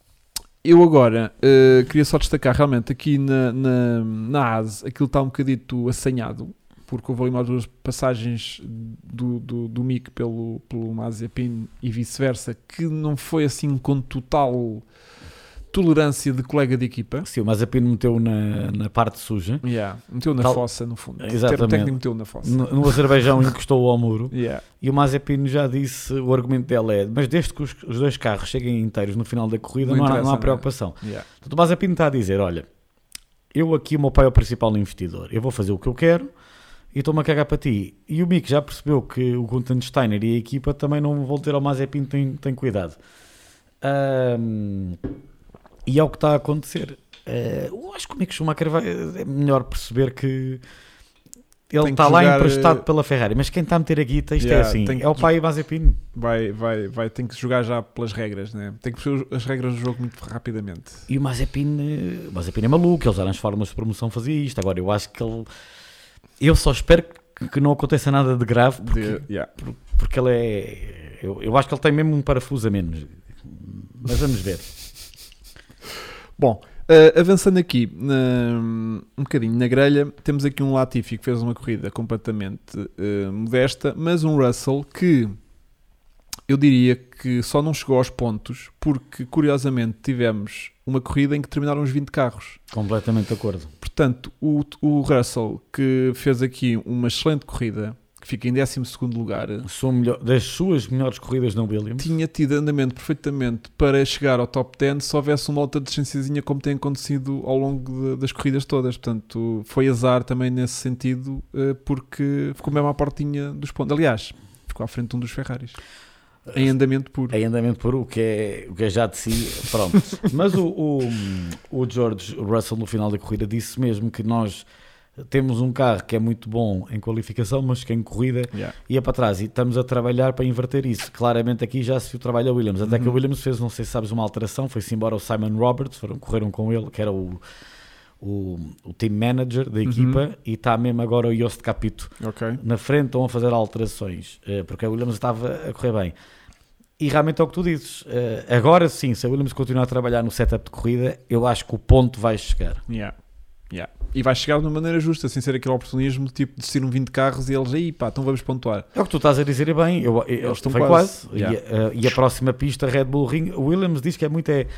eu agora uh, queria só destacar realmente aqui na, na, na A S aquilo está um bocadito assanhado, porque houve ali mais duas passagens do, do, do Mick pelo, pelo Mazepin e vice-versa, que não foi assim com total tolerância de colega de equipa. Sim, o Mazepin meteu na, na parte suja. Yeah, meteu na Tal- fossa, no fundo. Exatamente. O técnico meteu na fossa. No, no Azerbaijão encostou ao muro. Yeah. E o Mazepin já disse, o argumento dele é, mas desde que os, os dois carros cheguem inteiros no final da corrida, Não não, há, interessa não há nada. preocupação. Yeah. Portanto, o Mazepin está a dizer, olha, eu aqui, o meu pai é o principal investidor, eu vou fazer o que eu quero e estou-me a cagar para ti. E o Mick já percebeu que o Gunther Steiner e a equipa também não vão ter ao Mazepin, tem, tem cuidado. Ahm, e é o que está a acontecer. Uh, eu acho que o Mick Schumacher vai, é melhor perceber que ele Tem que está lá jogar, emprestado eh, pela Ferrari, mas quem está a meter a guita, isto Yeah, é assim, tem que- é o pai Mazepin. Vai, vai, vai, tem que jogar já pelas regras, né? Tem que perceber as regras do jogo muito rapidamente. E o Mazepin, eh, o Mazepin é maluco, ele já nas fórmulas de promoção fazia isto. Agora eu acho que ele, eu só espero que, que não aconteça nada de grave, porque, De- yeah. por- porque ele é, eu, eu acho que ele tem mesmo um parafuso a menos, mas vamos ver. Bom, uh, avançando aqui na- um bocadinho na grelha, temos aqui um Latifi que fez uma corrida completamente uh, modesta, mas um Russell que eu diria que só não chegou aos pontos porque, curiosamente, tivemos uma corrida em que terminaram os vinte carros. Completamente de acordo. Portanto, o, o Russell, que fez aqui uma excelente corrida, que fica em décimo segundo lugar, Sou melhor, das suas melhores corridas na Williams. tinha tido andamento perfeitamente para chegar ao top dez se houvesse uma outra distânciazinha como tem acontecido ao longo de- das corridas todas. Portanto, foi azar também nesse sentido, eh, porque ficou mesmo à portinha dos pontos. Aliás, ficou à frente de um dos Ferraris. Em andamento puro. Em andamento puro, o que é, o que é já de si, pronto. Mas o, o, o George Russell no final da corrida disse mesmo que nós temos um carro que é muito bom em qualificação, mas que em corrida Yeah. ia para trás e estamos a trabalhar para inverter isso. Claramente aqui já se viu o trabalho da Williams, até que a Uhum. Williams fez, não sei se sabes, uma alteração, foi-se embora o Simon Roberts, foram, correram com ele, que era o, o, o team manager da equipa, Uhum. e está mesmo agora o Jost Capito Ok. na frente, estão a fazer alterações, eh, porque a Williams estava a correr bem. E realmente é o que tu dizes. Eh, agora sim, se a Williams continuar a trabalhar no setup de corrida, eu acho que o ponto vai chegar. Yeah. Yeah. E vai chegar de uma maneira justa, sem ser aquele oportunismo tipo de ser um vinte carros e eles aí, pá, então vamos pontuar. É o que tu estás a dizer, e bem, eu, eu, Eles estão foi quase. quase. Yeah. E, a, e a próxima pista, Red Bull Ring, o Williams diz que é muito. É,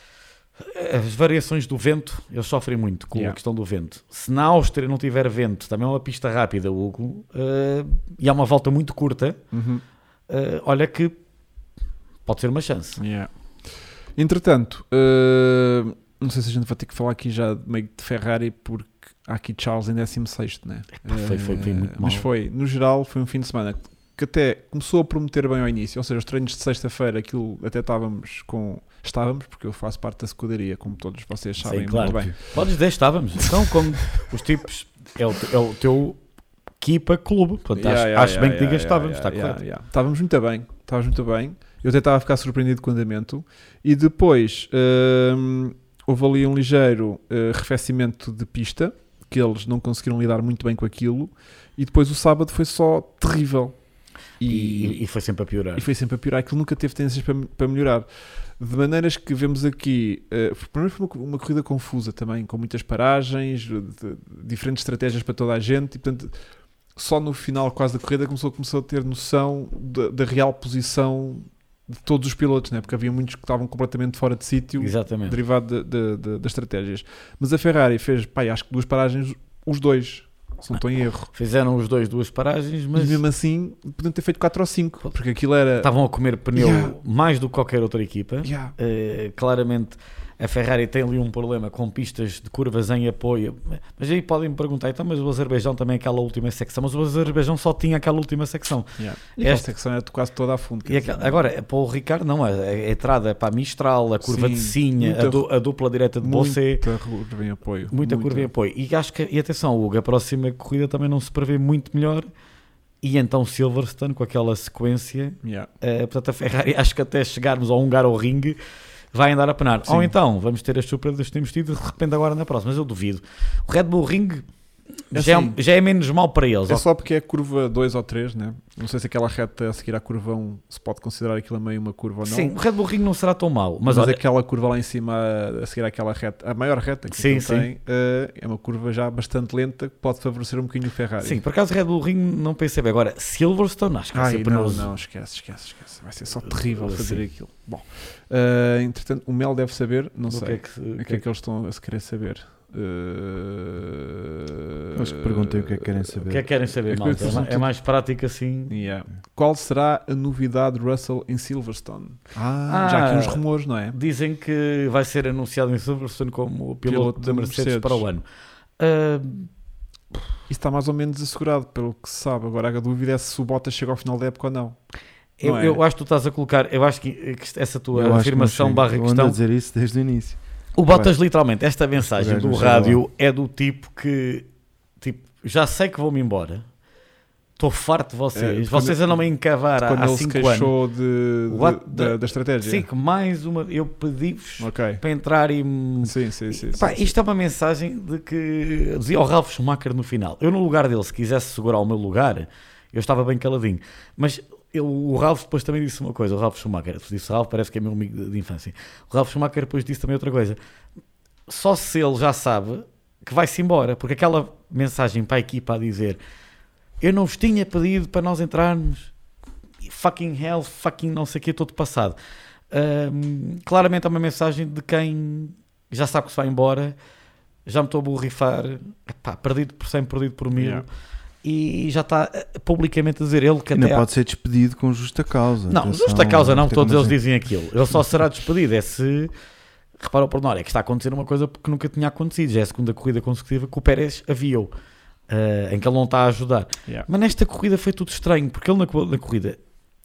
as variações do vento, eles sofrem muito com Yeah. a questão do vento. Se na Áustria não tiver vento, também é uma pista rápida, Hugo, eh, e há uma volta muito curta, Uhum. eh, olha que pode ser uma chance. Yeah. Entretanto, uh, não sei se a gente vai ter que falar aqui já meio de Ferrari, porque há aqui Charles em décimo sexto, né? Epá, foi, foi, foi muito Uh, Mas mal. foi, no geral, foi um fim de semana que até começou a prometer bem ao início, ou seja, os treinos de sexta-feira, aquilo até estávamos com... Estávamos, porque eu faço parte da escuderia, como todos vocês sabem Sim, claro. muito bem. Podes dizer, estávamos. Então, como os tipos, é o, é o teu equipa clube. Portanto, Yeah, acho, yeah, acho yeah, bem que yeah, digas yeah, estávamos, yeah, está yeah, correto. yeah. Estávamos muito bem, estávamos muito bem. Eu até estava a ficar surpreendido com o andamento. E depois hum, houve ali um ligeiro uh, arrefecimento de pista, que eles não conseguiram lidar muito bem com aquilo. E depois o sábado foi só terrível. E, e, e foi sempre a piorar. E foi sempre a piorar. Aquilo nunca teve tendências para, para melhorar. De maneiras que vemos aqui, uh, primeiro foi uma, uma corrida confusa também, com muitas paragens, de, de, diferentes estratégias para toda a gente, e portanto, só no final quase da corrida começou, começou a ter noção da, da real posição de todos os pilotos, né? Porque havia muitos que estavam completamente fora de sítio, Exatamente. derivado de, de, de, das estratégias. Mas a Ferrari fez, pá, acho que duas paragens, os dois, se não estou em erro. Fizeram os dois duas paragens, mas E mesmo assim, podiam ter feito quatro ou cinco, porque aquilo era... estavam a comer pneu Yeah. mais do que qualquer outra equipa. Yeah. Uh, claramente a Ferrari tem ali um problema com pistas de curvas em apoio, mas aí podem me perguntar, então, mas o Azerbaijão também é aquela última secção, mas o Azerbaijão só tinha aquela última secção. Yeah. E aquela Esta- secção era quase toda a fundo. E quer aquela- dizer, agora, para o Ricardo, não, a, a entrada para a Mistral, a curva Sim, de Sinha, muita- a, du- a dupla direta de Bossé, muita curva em apoio. muita curva em apoio. E acho que, e atenção, Hugo, a próxima corrida também não se prevê muito melhor. E então Silverstone, com aquela sequência, Yeah. Uh, portanto, a Ferrari, acho que até chegarmos a um lugar ao ringue, vai andar a penar. Sim. Ou então, vamos ter as surpresas que temos tido de repente agora na próxima, mas eu duvido. O Red Bull Ring É já, assim, é, já é menos mal para eles. é só porque é curva dois ou três, né? Não sei se aquela reta a seguir à curva um se pode considerar aquilo a meio uma curva ou não. Sim, o Red Bull Ring não será tão mau, mas, Mas, olha, aquela curva lá em cima a seguir àquela reta, a maior reta que Sim, aquilo sim. tem, eh, é uma curva já bastante lenta que pode favorecer um bocadinho o Ferrari. sim, por acaso o Red Bull Ring não pensei bem. Agora, Silverstone, acho que vai Ai, ser não, penoso. não, esquece, esquece, esquece. Vai ser só terrível fazer Sim. aquilo. Bom, eh, entretanto, o Mel deve saber, não O sei. que é que se- O que é que eles estão a se querer saber? Uh... Acho que perguntem o que é que querem o que é saber. que querem saber, É que malta? É, são ma- é mais prático assim. Yeah. Qual será a novidade de Russell em Silverstone? Ah, Ah, Já há aqui uns rumores, não é? Dizem que vai ser anunciado em Silverstone como o piloto, Piloto da da Mercedes, Mercedes. para o ano. Ah, Isso está mais ou menos assegurado, pelo que se sabe. Agora a dúvida é se o Bottas chega ao final da época ou não. Eu, Não é? eu acho que tu estás a colocar, eu acho que, que essa tua eu acho que afirmação não chego. barra Eu ando questão, a dizer isso desde o início. o Bottas literalmente, esta mensagem gajo do não chega rádio é do tipo que, tipo, já sei que vou-me embora, estou farto de vocês, É, vocês quando- andam a encavar há, Quando há ele se cinco anos. queixou de, de- What da, the- da estratégia. Sim, que mais uma, eu pedi-vos Ok. para entrar e... me- Sim, sim, sim. Pá, sim, sim. isto é uma mensagem de que dizia ao Ralf Schumacher no final. Eu no lugar dele, se quisesse segurar o meu lugar, eu estava bem caladinho. Mas eu, o Ralf depois também disse uma coisa, o Ralf Schumacher, disse Ralf, parece que é meu amigo de, de infância. O Ralf Schumacher depois disse também outra coisa. Só se ele já sabe que vai-se embora, porque aquela mensagem para a equipa a dizer eu não vos tinha pedido para nós entrarmos, fucking hell, fucking não sei o que, todo passado. Hum, claramente é uma mensagem de quem já sabe que se vai embora, já me estou a borrifar, epá, perdido por cem, perdido por mil, Yeah. e já está eh, publicamente a dizer ele que Ainda até há- pode ser despedido com justa causa. não, Atenção, justa causa não, porque todos como eles assim- dizem aquilo. Ele só será despedido é se, repara o pormenor, é que está a acontecer uma coisa que nunca tinha acontecido, já é a segunda corrida consecutiva que o Pérez aviou, eh, em que ele não está a ajudar. Yeah. Mas nesta corrida foi tudo estranho, porque ele na, co- na corrida,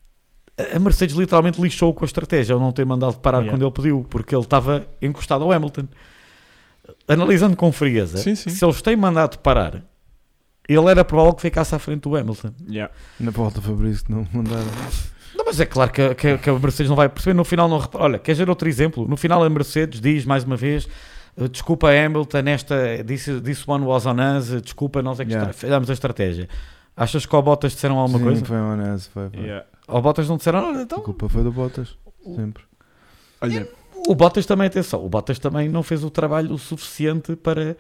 a a Mercedes literalmente lixou com a estratégia, ao não ter mandado parar Yeah. quando ele pediu, porque ele estava encostado ao Hamilton. Analisando com frieza, Sim, sim. se eles têm mandado parar, ele era provável que ficasse à frente do Hamilton. Yeah. Na volta Fabrício que não mandaram. Não, mas é claro que, que- que a Mercedes não vai perceber. No final, não repara. Olha, queres ver outro exemplo? No final, a Mercedes diz mais uma vez: "Uh, desculpa, Hamilton, esta, this, this one was on us, uh, desculpa, nós é que Yeah. estra- falhamos a estratégia." Achas que ao Bottas disseram alguma Sim, coisa? foi honesto, foi, foi. Yeah. Ao Bottas não disseram nada, A então. culpa foi do Bottas, sempre. Olha, O Bottas também, atenção, o Bottas também não fez o trabalho o suficiente para,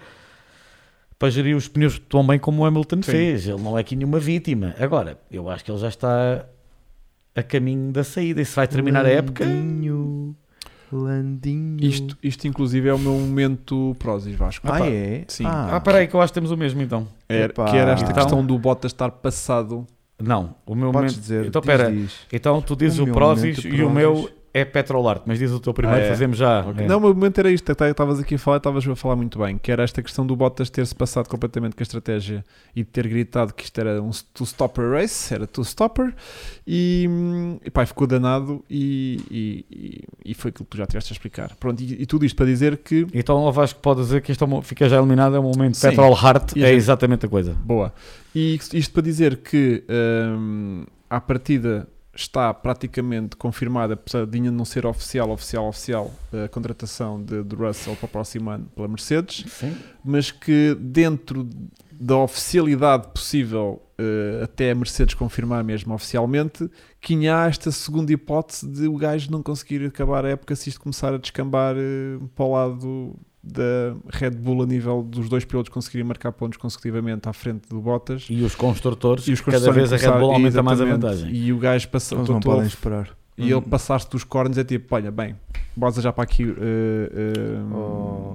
para gerir os pneus tão bem como o Hamilton Sim. fez. Ele não é aqui nenhuma vítima. Agora, eu acho que ele já está a caminho da saída. E se vai terminar a época. Landinho, Landinho. isto, isto inclusive é o meu momento Prozis, Vasco. Ah, Epá, é? Sim. Ah, espera aí, que eu acho que temos o mesmo então. Era, Epá. que era esta Então- questão do Bottas estar passado. Não, o meu Podes momento. dizer. Então, diz, espera. diz. Então tu dizes O o, meu Prozis momento e o Prozis. meu é Petrolart, mas diz o teu primeiro, Ah, é? fazemos já. Okay. É. Não, o meu momento era isto, estavas aqui a falar, estavas a falar muito bem, que era esta questão do Bottas ter-se passado completamente com a estratégia e ter gritado que isto era um two-stopper race, era two-stopper, e, e pá, ficou danado e, e, e, e foi aquilo que tu já tiveste a explicar. Pronto, e, e tudo isto para dizer que... Então o Vasco pode dizer que este é um, fica já eliminado, é um momento Sim. Petrolart, E a é gente- exatamente a coisa. Boa. E isto para dizer que hum, à partida está praticamente confirmada, apesar de ainda não ser oficial, oficial, oficial, a contratação de, de Russell para o próximo ano pela Mercedes, Sim. mas que dentro da oficialidade possível, uh, até a Mercedes confirmar mesmo oficialmente, que ainda há esta segunda hipótese de o gajo não conseguir acabar a época se isto começar a descambar uh, para o lado da Red Bull a nível dos dois pilotos conseguirem marcar pontos consecutivamente à frente do Bottas. E os construtores, E os cada construtores vez a Red começar- Bull aumenta mais a exatamente, vantagem. E o gajo passa, Eles tô- não tô- podem esperar. e ele passar-se dos cornos é tipo, olha, bem, Bottas já para aqui uh, uh, Oh.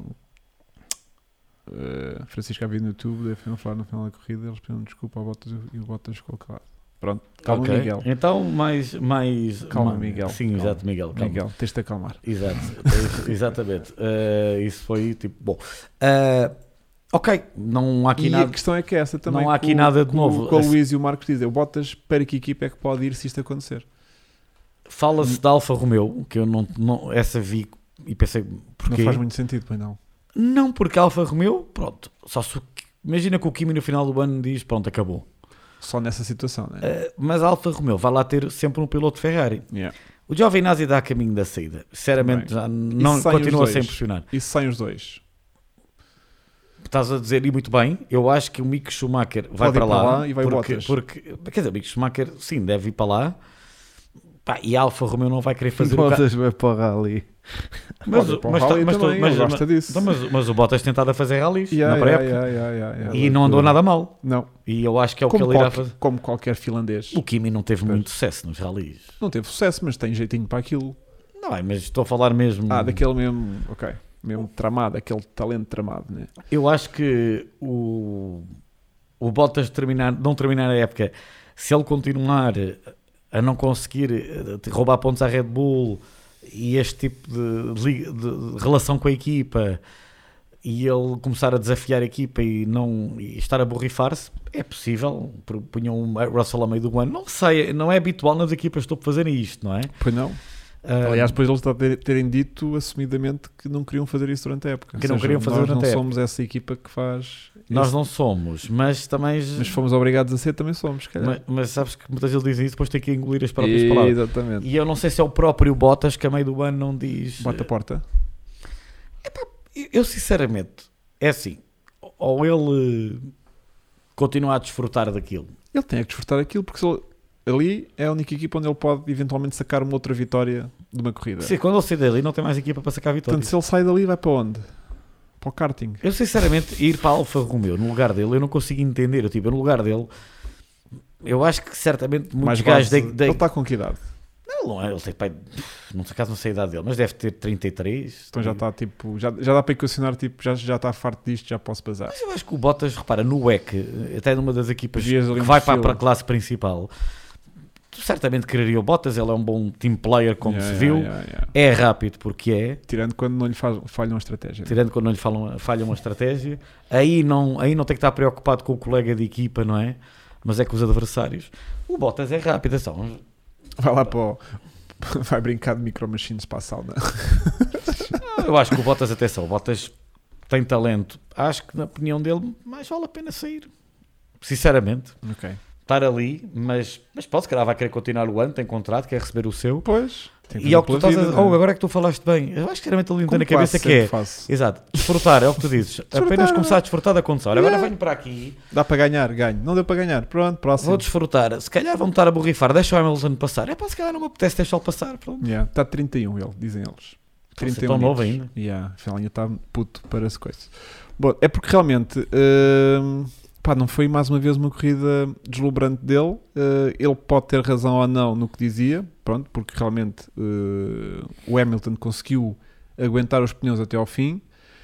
uh, Francisco havia no YouTube, deve falar no final da corrida, eles pediram desculpa ao Bottas e o Bottas ficou calado. Pronto, calma, Ok. Miguel. Então, mais. mais Calma, mais- Miguel. Sim, Calma. exato, Miguel. Calma. Miguel, tens de te acalmar. Exato, exatamente. Uh, isso foi tipo. Bom, uh, ok, não há aqui E nada. a questão é que é essa também. Não há que aqui o- nada de que o- novo. que o Luís e o Marcos dizem, o Bottas para que equipa é que pode ir se isto acontecer? Fala-se da Alfa Romeo, que eu não, não. Essa vi e pensei. Porquê? Não faz muito sentido, pois não. Não, porque a Alfa Romeo, pronto. Só se, o- imagina que o Kimi no final do ano diz: pronto, acabou. Só nessa situação, né? Uh, mas a Alfa Romeo vai lá ter sempre um piloto Ferrari. Yeah. O Giovinazzi dá a caminho da saída. Sinceramente, Também. já não saem os continua sem dois. impressionar. E se saem os dois? Estás a dizer, e muito bem, eu acho que o Mick Schumacher vai Pode ir para para lá, lá e vai porque, Bottas. porque, quer dizer, o Mick Schumacher sim, deve ir para lá. Pá, e a Alfa Romeo não vai querer fazer o ca... Bottas vai para o rally. mas, Pode ir para o mas, rally mas, também, mas, ele mas, gosta disso. então, mas, mas o Bottas tentado a fazer rallies Yeah, na yeah, pré-época yeah, yeah, yeah, e yeah. não andou nada mal. Não. E eu acho que é o Como, que ele irá qualquer, fazer. como qualquer finlandês. O Kimi não teve Pois. muito sucesso nos rallies. Não teve sucesso, mas tem jeitinho para aquilo. Não é, mas estou a falar mesmo. Ah, daquele mesmo, ok, mesmo tramado, aquele talento tramado, né? Eu acho que o, o Bottas terminar, não terminar a época, se ele continuar a não conseguir eh, roubar pontos à Red Bull e este tipo de, de- de relação com a equipa e ele começar a desafiar a equipa e, não, e estar a borrifar-se, é possível. Punham o Russell a meio do ano. Não sei, não é habitual nas equipas que fazerem isto, não é? Pois não. Ah, Aliás, depois eles ter- terem dito assumidamente que não queriam fazer isso durante a época. Que Ou não seja, queriam fazer nós durante não a somos essa equipa que faz. nós isso. não somos, mas também. Mas fomos obrigados a ser, também somos, se calhar. Mas, mas sabes que muitas vezes dizem isso, depois tem que engolir as próprias palavras. Exatamente. E eu não sei se é o próprio Bottas que a meio do ano não diz. Bota a porta. Eu, eu, sinceramente, é assim: ou ele continua a desfrutar daquilo. Ele tem que desfrutar aquilo, porque se ele- ali é a única equipa onde ele pode eventualmente sacar uma outra vitória de uma corrida. Sim, quando ele sair dali, não tem mais equipa para sacar a vitória. Portanto, se ele sai dali, vai para onde? Para o karting. Eu, sinceramente, ir para a Alfa Romeo no lugar dele, eu não consigo entender. Eu, tipo, eu no lugar dele, eu acho que certamente muitos Mais gajos. base- De, de, Ele está com que idade? não, não é, ele tem, pai, não sei acaso não sei a idade dele, mas deve ter trinta e três. Então já está tipo. Já, já dá para equacionar, tipo, já, já está farto disto, já posso bazar. Mas eu acho que o Bottas, repara, no W E C, até numa das equipas Vias ali que um vai para, perfil. para a classe principal, tu certamente quereria o Bottas. Ele é um bom team player, como Yeah, se viu. yeah, yeah, yeah. É rápido porque é, Tirando quando não lhe faz, falha uma estratégia. tirando quando não lhe falam, falha uma estratégia. Aí não, aí não tem que estar preocupado com o colega de equipa, não é? Mas é com os adversários. O Bottas é rápido, atenção. Vai lá para o... Vai brincar de micro machines para a sauna. Eu acho que o Bottas, atenção, o Bottas tem talento. Acho que, na opinião dele, mais vale a pena sair. Sinceramente. Ok. Estar ali, mas, mas pode, se calhar vai querer continuar o ano, tem contrato, quer receber o seu. Pois. Tem que E é o que fazer tu pela estás a vida, dizer. Oh, não é? agora é que tu falaste bem. Eu acho que realmente ele tem Como na cabeça quase que é. sempre faço. Exato, desfrutar, é o que tu dizes. Apenas começar a desfrutar da condição. Olha, agora Yeah. venho para aqui, Dá para ganhar, ganho. Não deu para ganhar. Pronto, próximo. vou desfrutar. Se calhar vão-me estar a borrifar, deixa o Hamilton passar. É pá, se calhar não me apetece deixá-lo passar. Pronto. Yeah. Está trinta e um, ele, dizem eles. Nossa, trinta e um tão novo anos. ainda. Yeah, afinal ainda está puto para essa coisa. Bom, é porque realmente hum, pá, não foi mais uma vez uma corrida deslumbrante dele. Uh, ele pode ter razão ou não no que dizia, pronto, porque realmente uh, o Hamilton conseguiu aguentar os pneus até ao fim.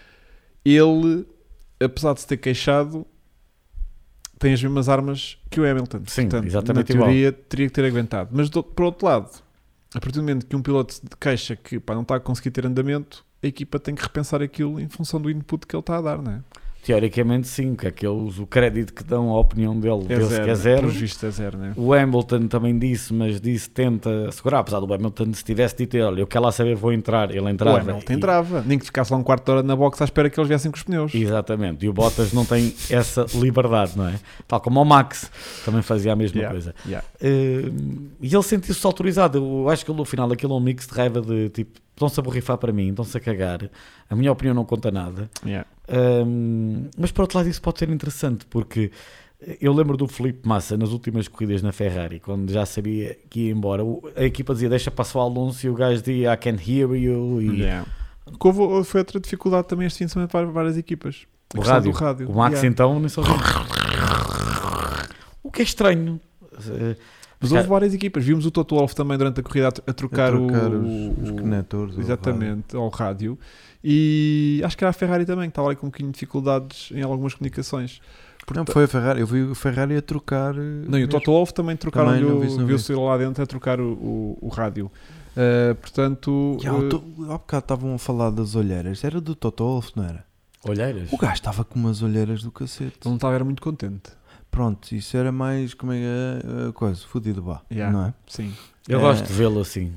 Ele, apesar de se ter queixado, tem as mesmas armas que o Hamilton. Sim, Portanto, exatamente na teoria teria que ter aguentado. Mas do, por outro lado, a partir do momento que um piloto se queixa que pá, não está a conseguir ter andamento, a equipa tem que repensar aquilo em função do input que ele está a dar, não é? Teoricamente sim, que é que eles, o crédito que dão à opinião dele, É penso zero, que é zero. pelos vistos é zero, né? O Hamilton também disse, mas disse tenta assegurar, apesar do Hamilton se tivesse dito, olha, eu quero lá saber, vou entrar, ele O entrava. Hamilton e- entrava, nem que ficasse lá um quarto de hora na box à espera que eles viessem com os pneus. Exatamente, e o Bottas não tem essa liberdade, não é? Tal como o Max também fazia a mesma Yeah, coisa. yeah. Uh, e ele sentiu-se autorizado. Eu acho que ele no final aquilo é um mix de raiva de tipo, estão-se a borrifar para mim, estão-se a cagar, a minha opinião não conta nada. Yeah. Um, mas por outro lado isso pode ser interessante, porque eu lembro do Felipe Massa nas últimas corridas na Ferrari, quando já sabia que ia embora, o- a equipa dizia deixa passar o Alonso e o gajo dizia I can hear you e Yeah. Que houve- foi outra dificuldade também este fim de semana para várias equipas. A o questão rádio, do rádio. o Max Yeah. então nem só viu. O que é estranho. Uh, Mas houve várias equipas. Vimos o Toto Wolff também durante a corrida a, tro- a trocar, A trocar o, os, os o- conectores. ao exatamente, ao rádio. E acho que era a Ferrari também, que estava ali com um bocadinho de dificuldades em algumas comunicações. rádio. Não, foi a Ferrari. Eu vi o Ferrari a trocar. Não, e o Toto Wolff também trocaram Também, não vi isso, não vi. viu-se ele lá dentro a trocar o, o, o rádio. Uh, portanto, Já, uh, o to- há bocado estavam a falar das olheiras. Era do Toto Wolff, não era? olheiras. O gajo estava com umas olheiras do cacete. ele não estava era muito contente. Pronto, isso era mais. Como é que é? a coisa? Fudido, vá. Yeah. Não é? Sim. Eu É. gosto de vê-lo assim.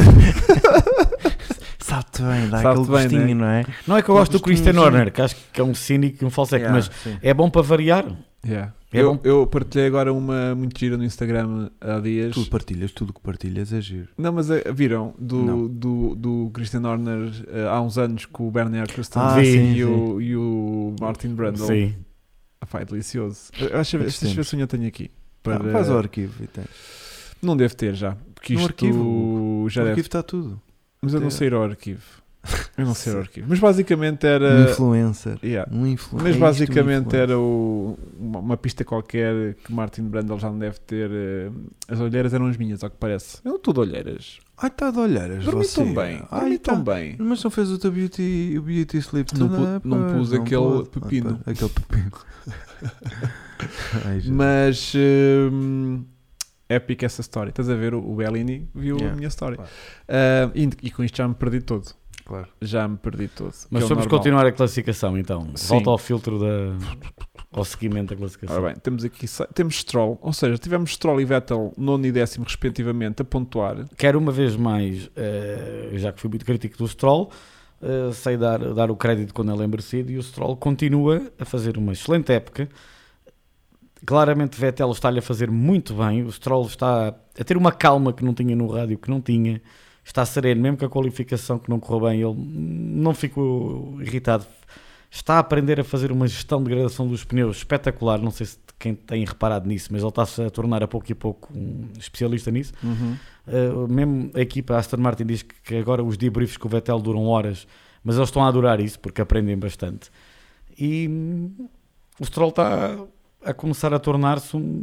Sabe-te bem, dá Sabe-te aquele bem, gostinho, né? não é? Não é que eu Aquele gosto do Christian gostinhozinho. Horner, que acho que é um cínico e um falseco, Yeah, mas sim. é bom para variar. Yeah. É eu, bom. eu partilhei agora uma muito gira no Instagram há dias. Tu partilhas, tudo que partilhas é giro. Não, mas eh, viram do, Não. do, do Christian Horner eh, há uns anos com o Bernie Eccleston Ah, e, sim, o, e o Martin Brundle. Sim. Ah, pá, é delicioso. Eu acho que Muitos deixa eu ver tempos. se eu tenho aqui. Para... Ah, faz o arquivo e tens. Não deve ter já. Porque No isto arquivo? já o deve. arquivo está tudo. Mas eu não ter. sei ir ao arquivo. Eu não sei ir ao arquivo. Mas basicamente Um era. influencer. Yeah. Um influ... Mas é isto, um basicamente influencer. era o, uma, uma pista qualquer que Martin Brundle já não deve ter. eh, as olheiras eram as minhas, ao que parece. Eu não estou de olheiras. Ai, está de olheiras. Dormi você. tão bem. Ai, Dormi tá. tão bem. Mas não fez o teu beauty, o beauty sleep? Não tudo? pu- Ah, não pois, pus aquele pode. pepino. Ah, pá, aquele pepino. Ai, gente. Mas hum, épica essa história. Estás a ver? O o Bellini viu Yeah. a minha história. Claro. Ah, e, e com isto já me perdi todo. Claro. Já me perdi todo. Mas Que é o vamos normal. continuar a classificação então. Sim. Volta ao filtro da. ao seguimento da classificação. Ora bem, temos aqui se- temos Stroll, ou seja, tivemos Stroll e Vettel nono e décimo respectivamente a pontuar. Quero uma vez mais, eh, já que fui muito crítico do Stroll, eh, sei dar, dar o crédito quando ele é merecido e o Stroll continua a fazer uma excelente época. Claramente Vettel está-lhe a fazer muito bem, o Stroll está a ter uma calma que não tinha no rádio, que não tinha, está sereno, mesmo com a qualificação que não correu bem, ele não ficou irritado, está a aprender a fazer uma gestão de degradação dos pneus espetacular, não sei se quem tem reparado nisso, mas ele está-se a tornar a pouco e pouco um especialista nisso. Uh, mesmo a equipa Aston Martin diz que, que agora os debriefs com o Vettel duram horas, mas eles estão a adorar isso porque aprendem bastante. E hum, o Stroll está a começar a tornar-se um,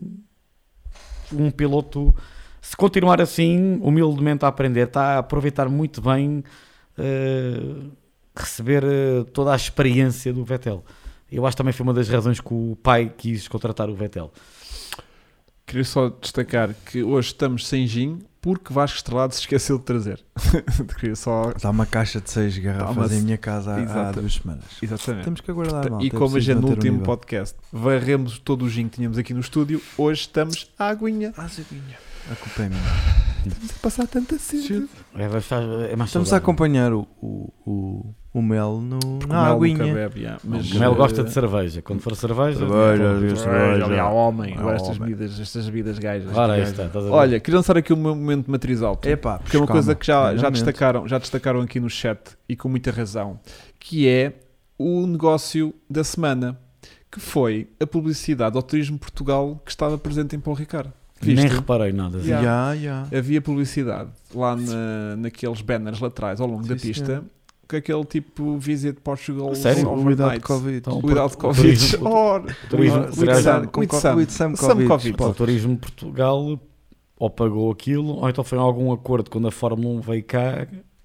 um piloto, se continuar assim, humildemente a aprender, está a aproveitar muito bem uh, receber uh, toda a experiência do Vettel. Eu acho que também foi uma das razões que o pai quis contratar o Vettel. Queria só destacar que hoje estamos sem gin porque Vasco Estrelado se esqueceu de trazer. Queria só... Está uma caixa de seis garrafas Tá uma- em minha casa há, há Exato. duas semanas. Exatamente. Temos que aguardar, malta. E é como a preciso gente no manter o último nível. podcast varremos todo o gin que tínhamos aqui no estúdio, hoje estamos à aguinha. Ah, Zaguinha. A culpa é minha. Estamos a passar tanta cedo. É, vai estar- é mais Estamos a saudável. acompanhar o, o, o, o mel no, Porque na o Mel aguinha. nunca bebe, yeah. Mas, O Mel eh, gosta de cerveja. Quando for cerveja, Cerveja, então- cerveja. ali ao homem, Ao agora estas homem. bebidas, estas bebidas gajas. Ora, aí está, estás a ver? Olha, queria lançar aqui o meu momento de matriz alto. Epá, Porque é uma calma, coisa que já, já, primeiramente. destacaram, já destacaram aqui no chat e com muita razão, que é o negócio da semana, que foi a publicidade ao Turismo Portugal que estava presente em Paulo Ricardo. nem Viste? reparei nada. Yeah. Já, já. Havia publicidade lá na, naqueles banners laterais ao longo Sim, da pista, senhor. com aquele tipo Visit Portugal Sério? overnight. Without Covid. Então, Without o Covid. turismo- Ora, turismo- with será- some- com with co- some- with some some Covid. Covid. O Turismo Portugal ou pagou aquilo, ou então foi algum acordo quando a Fórmula um veio cá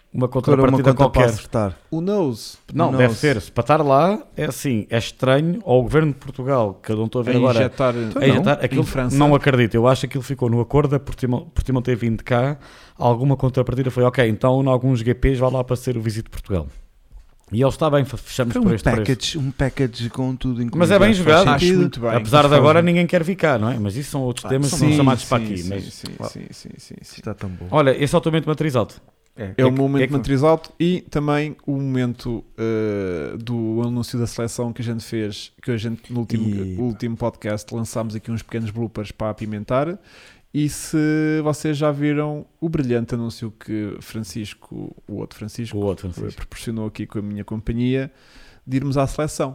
uma Para contrapartida uma conta para qualquer. acertar. O nose. Não, Não deve sei. ser. Se para estar lá, é assim, é estranho ao governo de Portugal, que eu não estou a ver A agora. injetar Então, a injetar, em aquilo, França. não acredito, eu acho que aquilo ficou no acordo, a Portimão, Portimão ter vindo cá, alguma contrapartida foi, ok, então em alguns G Ps vai lá aparecer o Visite Portugal. E ele está bem, fechamos Foi por um este preço. package, um package com tudo incluído. Mas é bem Faz jogado. Acho sentido. muito bem. Apesar de Faz agora muito- ninguém quer vir cá, não é? Mas isso são outros Ah, temas que sim, são chamados sim, para aqui. Sim, mas, sim, sim, sim, sim, sim. Está tão bom. olha, esse é o teu momento matriz-alto. É. É o que- momento é de que- matriz alto e também o momento eh, do anúncio da seleção que a gente fez, que a gente no último, E- último podcast lançámos aqui uns pequenos bloopers para apimentar. E se vocês já viram o brilhante anúncio que Francisco, o outro Francisco, O outro, eh, Francisco. proporcionou aqui com a minha companhia, de irmos à seleção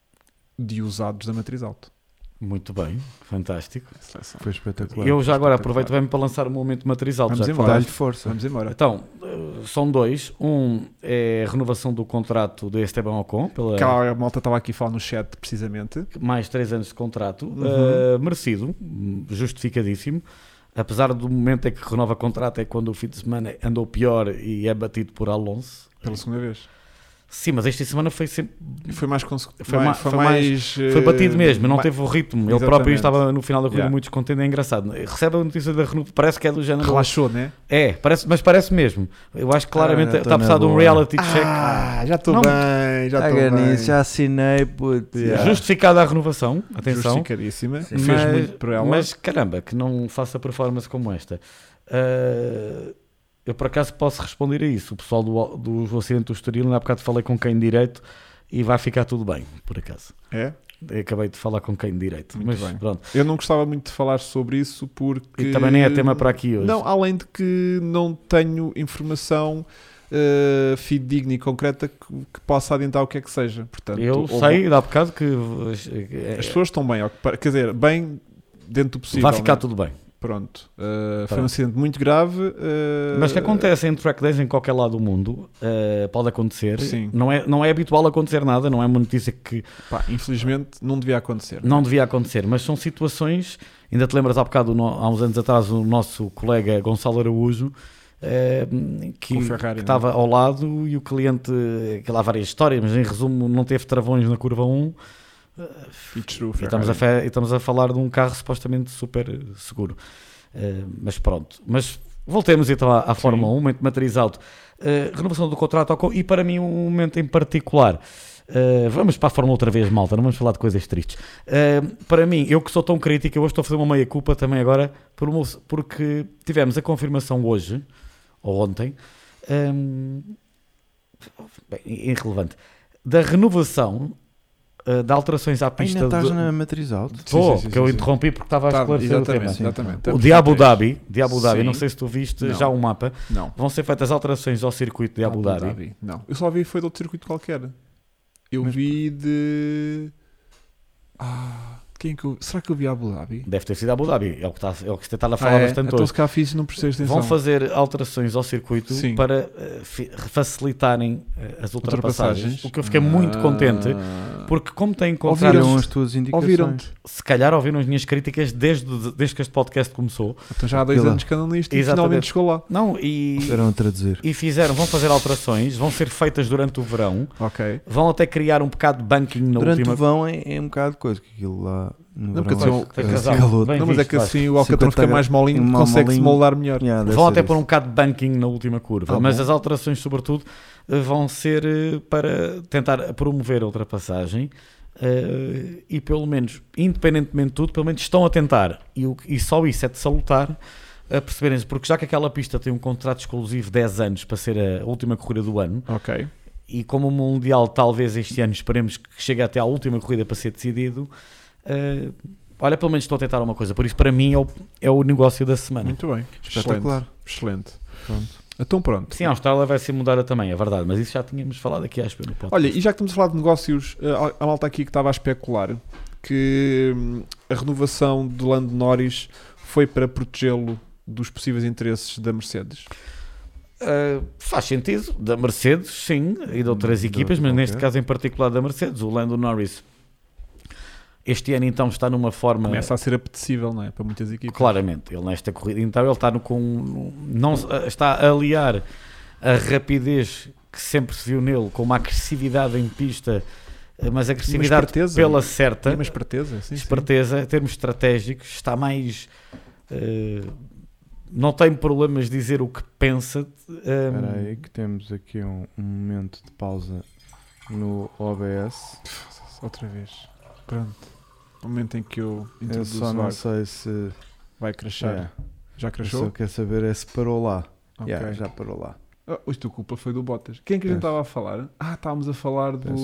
de usados da matriz alto. Muito bem, fantástico. Seleção. Foi espetacular. Eu já agora espetacular. aproveito bem para lançar o momento matriz-alto. Vamos já que embora. falaste. Dá-lhe força. Vamos embora. Então, eh, são dois. Um é a renovação do contrato de Esteban Ocon, pela Aquela malta estava aqui a falar no chat, precisamente. mais três anos de contrato, Uhum. eh, merecido, justificadíssimo. Apesar do momento em que renova contrato é quando o fim de semana andou pior e é batido por Alonso. Pela segunda vez. Sim, mas esta semana foi sempre Foi mais conse- Foi mais, ma- foi foi mais, foi eh, batido mesmo, não ma- teve o ritmo. Ele Exatamente. próprio estava no final da corrida Yeah. muito descontente, é engraçado. Recebe a notícia da Renault, parece que é do género. Relaxou, né? É, parece, mas parece mesmo. Eu acho que claramente Ah, já está a tô precisar na de um boa. reality check. Ah, já estou Não. bem, já estou Caga bem. nisso, já assinei, puto. Yeah. já. Justificada a renovação, atenção. Justificadíssima. Sim. Fez mas, muito por ela. mas caramba, que não faça performance como esta. Ah, eu por acaso posso responder a isso. O pessoal do, do Ocidente do Estoril, há bocado falei com quem direito e vai ficar tudo bem, por acaso. É? Eu acabei de falar com quem de direito. Muito mas bem. pronto. Eu não gostava muito de falar sobre isso porque... E também nem é tema para aqui hoje. Não, além de que não tenho informação uh, fidedigna e concreta que, que possa adiantar o que é que seja. Portanto, eu ou- sei, há bocado, que eh, As pessoas estão bem, ao que pare- quer dizer, bem dentro do possível. vai ficar né? tudo bem. Pronto. Uh, foi Pronto. um acidente muito grave. uh, Mas que acontece em track days em qualquer lado do mundo, eh, pode acontecer. Sim. Não é, não é habitual acontecer nada, não é uma notícia que Pá, infelizmente não devia acontecer. não devia acontecer, mas são situações. Ainda te lembras há bocado, no- há uns anos atrás, o nosso colega Gonçalo Araújo, eh, que, Com o Ferrari, que não é? estava ao lado e o cliente, que lá há várias histórias, mas em resumo, não teve travões na curva um. It's true, E estamos, a fe- e estamos a falar de um carro supostamente super eh, seguro. Eh, mas pronto. Mas voltemos então à, à Fórmula um, momento de matriz alto. Eh, renovação do contrato ao co- e para mim um momento em particular. eh, vamos para a Fórmula outra vez, malta, não vamos falar de coisas tristes. Eh, para mim, eu que sou tão crítico, eu hoje estou a fazer uma meia-culpa também agora, por uma- porque tivemos a confirmação hoje, ou ontem, ehm, bem, irrelevante, da renovação eh, de alterações à pista. Ainda estás de- na matriz alta? Sim, Pô, sim, sim, que eu sim. interrompi porque estava a Tá, esclarecer o tema. exatamente, exatamente. O Estamos de Abu na três. Dhabi, de Abu Dhabi, Sim. não sei se tu viste Não. já o mapa, Não. vão ser feitas alterações ao circuito de Abu, Dhabi. Não. Eu só vi foi de outro circuito qualquer. Eu Mas- vi de. Ah, quem que eu... Será que eu vi Abu Dhabi? Deve ter sido Abu Dhabi, é o que está, é o que se está a Ah, falar é? bastante Então hoje. se cá fiz e não prestei atenção. Vão fazer alterações ao circuito Sim. para eh, fi- facilitarem eh, as ultrapassagens, o que eu fiquei Ah. muito contente, porque como têm Ouviram contratos, Ouviram as tuas indicações? Ouviram-te. se calhar ouviram as minhas críticas desde, desde que este podcast começou. Então já há dois Vê lá. anos que andam nisto e Exatamente. finalmente chegou lá. Não, e, Estiveram a traduzir. e fizeram, vão fazer alterações, vão ser feitas durante o verão, Ok. vão até criar um bocado de banking na Durante última... o vão é, é um bocado de coisa, que aquilo lá no Não, verão porque é- assim, Tens é razão. calor. Bem Não, mas é visto, que Vasco. assim o Alcatrão fica cinquenta mais molinho, mal consegue-se molinho. moldar melhor. Yeah, deve Vão ser até isso. pôr um bocado de banking na última curva, Ah, mas bom. as alterações, sobretudo, eh, vão ser eh, para tentar promover a ultrapassagem eh, e, pelo menos, independentemente de tudo, pelo menos estão a tentar. E, o- e só isso é de salutar a perceberem-se, porque já que aquela pista tem um contrato exclusivo de dez anos para ser a última corrida do ano, Ok. e como o Mundial talvez este ano esperemos que chegue até à última corrida para ser decidido, eh, olha, pelo menos estou a tentar uma coisa. Por isso, para mim, é o, é o negócio da semana. Muito bem. Espetacular. Excelente. Excelente. Pronto. Então pronto. Sim, a Austrália vai ser mudada também, é verdade, mas isso já tínhamos falado aqui acho no podcast. Olha, e já que estamos a falar de negócios, eh, a malta aqui que estava a especular que hum, a renovação do Lando Norris foi para protegê-lo dos possíveis interesses da Mercedes. Uh, faz sentido, da Mercedes, sim, e de outras De equipas, outra mas neste qualquer. caso em particular da Mercedes, o Lando Norris este ano então está numa forma, Começa a ser apetecível, não é? Para muitas equipes. claramente, ele nesta corrida, então ele está no, com, não, está a aliar a rapidez que sempre se viu nele, com uma agressividade em pista, mas agressividade pela certa, uma esperteza, sim, esperteza, sim. em termos estratégicos, está mais... Uh, não tem problemas de dizer o que pensa. Espera um... aí que temos aqui um, um momento de pausa no O B S. Outra vez. Pronto. O momento em que eu introduzo eu só não sei se... vai crashar. É. Já crashou? Eu só quero saber é se parou lá. Okay. Yeah, já parou lá. Oh, isto a culpa foi do Bottas. Quem é que a gente estava a falar? Ah, estávamos a falar do...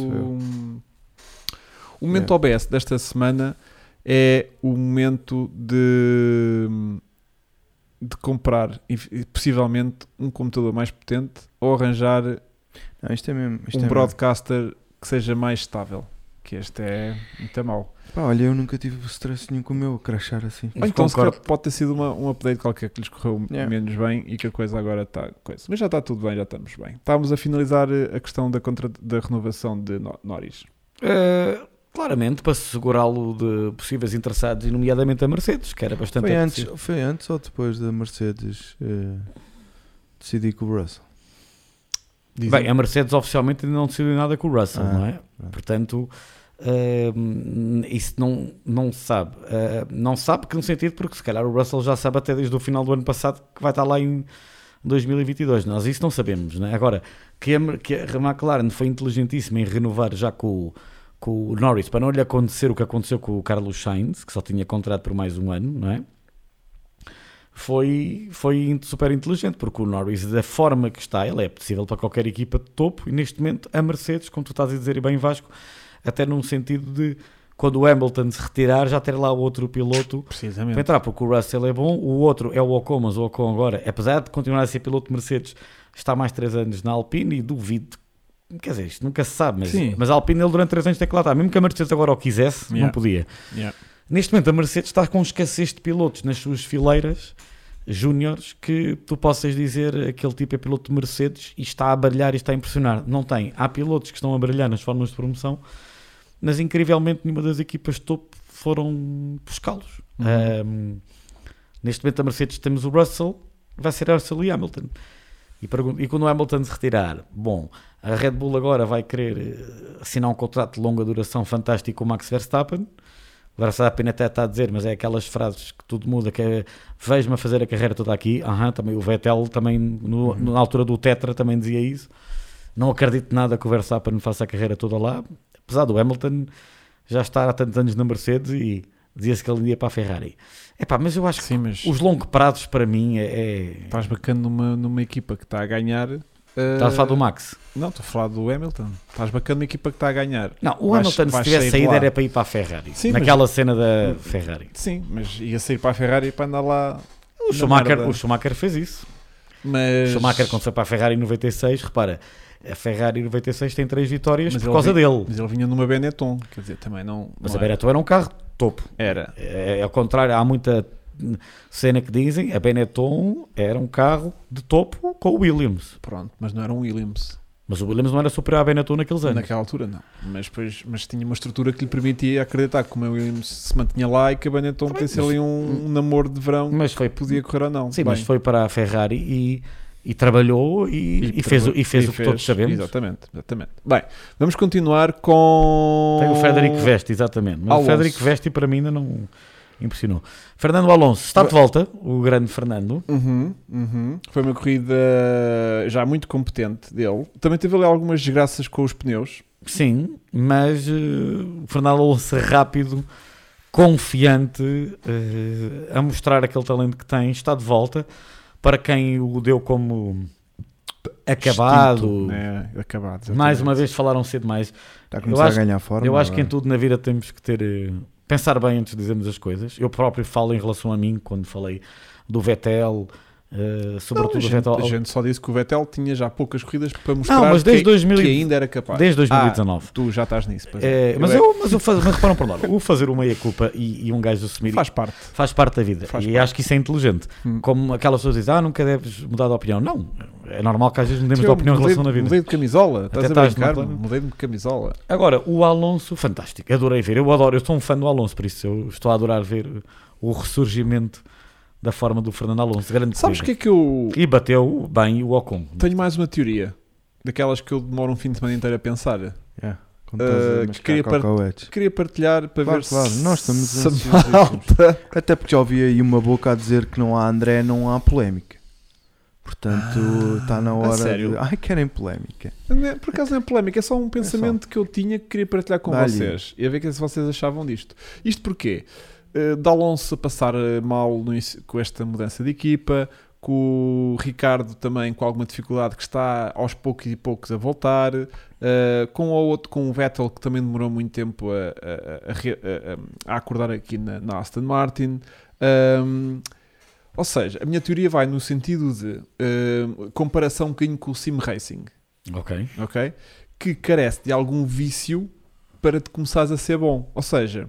O momento é. O B S desta semana é o momento de... de comprar, possivelmente, um computador mais potente ou arranjar não, isto é mesmo, isto um é broadcaster mesmo. Que seja mais estável. Que este é muito mau. Pá, olha, eu nunca tive stress nenhum com o meu crashar assim. Ou então se calhar pode ter sido uma, um update qualquer que lhes correu yeah. menos bem e que a coisa agora está coisa. Mas já está tudo bem, já estamos bem. Estávamos a finalizar a questão da, contra, da renovação de Norris. Uh, claramente para segurá-lo de possíveis interessados, e nomeadamente a Mercedes, que era bastante... Foi antes, foi antes ou depois da Mercedes uh, decidir com o Russell? Dizem. Bem, a Mercedes oficialmente ainda não decidiu nada com o Russell, ah, não é? Ah. Portanto... Uh, isso não, não se sabe uh, não sabe que no sentido porque se calhar o Russell já sabe até desde o final do ano passado que vai estar lá em dois mil e vinte e dois, nós isso não sabemos, né? Agora que a, que a McLaren foi inteligentíssima em renovar já com, com o Norris para não lhe acontecer o que aconteceu com o Carlos Sainz, que só tinha contrato por mais um ano, não é? Foi, foi super inteligente, porque o Norris, da forma que está, ele é possível para qualquer equipa de topo, e neste momento a Mercedes, como tu estás a dizer e bem, Vasco, até num sentido de, quando o Hamilton se retirar, já ter lá o outro piloto para entrar, porque o Russell é bom, o outro é o Ocon, mas o Ocon agora, apesar de continuar a ser piloto de Mercedes, está mais três anos na Alpine, e duvido, quer dizer, isto nunca se sabe, mas, mas a Alpine ele durante três anos tem que lá estar, mesmo que a Mercedes agora o quisesse, yeah. não podia. Yeah. Neste momento a Mercedes está com escassez de pilotos nas suas fileiras júniores, que tu possas dizer aquele tipo é piloto de Mercedes e está a brilhar e está a impressionar. Não tem. Há pilotos que estão a brilhar nas fórmulas de promoção, mas incrivelmente nenhuma das equipas de topo foram buscá-los. Uhum. Um, neste momento a Mercedes temos o Russell, vai ser Russell e Hamilton. E, e quando o Hamilton se retirar, bom, a Red Bull agora vai querer assinar um contrato de longa duração fantástico com o Max Verstappen. O Verstappen até está a dizer, mas é aquelas frases que tudo muda, que é vejo-me a fazer a carreira toda aqui. Uhum, também, o Vettel também, no, uhum. na altura do Tetra, também dizia isso. Não acredito nada que o Verstappen faça a carreira toda lá. Apesar do Hamilton já estar há tantos anos na Mercedes e dizia-se que ele ia para a Ferrari. Epá, mas eu acho que Sim, mas... os longos prazos para mim é... é... Estás bacana numa, numa equipa que está a ganhar... Uh... Estás a falar do Max? Não, estou a falar do Hamilton. Estás bacana numa equipa que está a ganhar. Não, o vais, Hamilton vais se tivesse saído era para ir para a Ferrari. Sim, naquela mas... cena da Ferrari. Sim, mas ia sair para a Ferrari para andar lá... O Schumacher, o Schumacher fez isso. Mas... O Schumacher quando foi para a Ferrari em noventa e seis, repara... A Ferrari noventa e seis tem três vitórias mas por causa vinha, dele. Mas ele vinha numa Benetton, quer dizer, também não... Mas não a Benetton era um carro topo. Era. É, é ao contrário, há muita cena que dizem, a Benetton era um carro de topo com o Williams. Pronto, mas não era um Williams. Mas o Williams não era superior à Benetton naqueles anos. Naquela altura não. Mas, depois, mas tinha uma estrutura que lhe permitia acreditar que como o Williams se mantinha lá e que a Benetton tem ali um, um namoro de verão mas foi, que podia correr ou não. Sim, Bem. mas foi para a Ferrari e... E trabalhou e, e, e fez, e fez e o que fez, todos sabemos. Exatamente, exatamente. Bem, vamos continuar com... Tem o Frederico Vesti, exatamente. Mas Alonso. O Frederico Vesti para mim ainda não impressionou. Fernando Alonso está de volta, o grande Fernando. Uhum, uhum. Foi uma corrida já muito competente dele. Também teve ali algumas desgraças com os pneus. Sim, mas uh, Fernando Alonso rápido, confiante, uh, a mostrar aquele talento que tem, está de volta. Para quem o deu como acabado, Extinto, né? acabado mais uma vez falaram cedo mais. Está a começar acho, a ganhar forma. Eu acho agora. Que em tudo na vida temos que ter pensar bem antes de dizermos as coisas. Eu próprio falo em relação a mim, quando falei do Vettel, uh, sobretudo não, a, gente, Vettel. a gente só disse que o Vettel tinha já poucas corridas para mostrar não, mas desde que, dois mil e... que ainda era capaz. Desde dois mil e dezanove. Ah, tu já estás nisso. É, mas, eu, mas, eu faz, mas reparam por lá, o fazer uma meia-culpa e, e um gajo assumir faz parte. Faz parte da vida. Faz e parte. Acho que isso é inteligente. Hum. Como aquelas pessoas dizem, ah, nunca deves mudar de opinião. Não, é normal que às vezes mudemos de opinião em relação na vida. Mudei de camisola, estás Até a brincar? Mudei de camisola. Agora, o Alonso, fantástico, adorei ver. Eu adoro, eu sou um fã do Alonso, por isso eu estou a adorar ver o ressurgimento da forma do Fernando Alonso. Grande Sabes o corrida. que é que eu E bateu bem o Ocon. tenho mais uma teoria? Daquelas que eu demoro um fim de semana inteiro a pensar. Yeah. Uh, Uh, que queria par- Queria partilhar para Claro, ver claro, se, nós estamos se a ansiosíssimos. malta... Até porque já ouvi aí uma boca a dizer que não há André, não há polémica. Portanto, está na hora sério? de... Ai, querem polémica. Não é- Por acaso não é polémica, é só um pensamento que eu tinha que queria partilhar com Dá-lhe. vocês e a ver que se vocês achavam disto. Isto porquê? Uh, de Alonso a passar uh, mal no inicio- com esta mudança de equipa, com o Ricardo também com alguma dificuldade que está aos poucos e poucos a voltar, uh, com o outro, com o Vettel que também demorou muito tempo a, a, a, re- a- a acordar aqui na, na Aston Martin. Um, ou seja, a minha teoria vai no sentido de uh, comparação um bocadinho com o Sim Racing, Ok. ok? Que carece de algum vício para te começares a ser bom. Ou seja,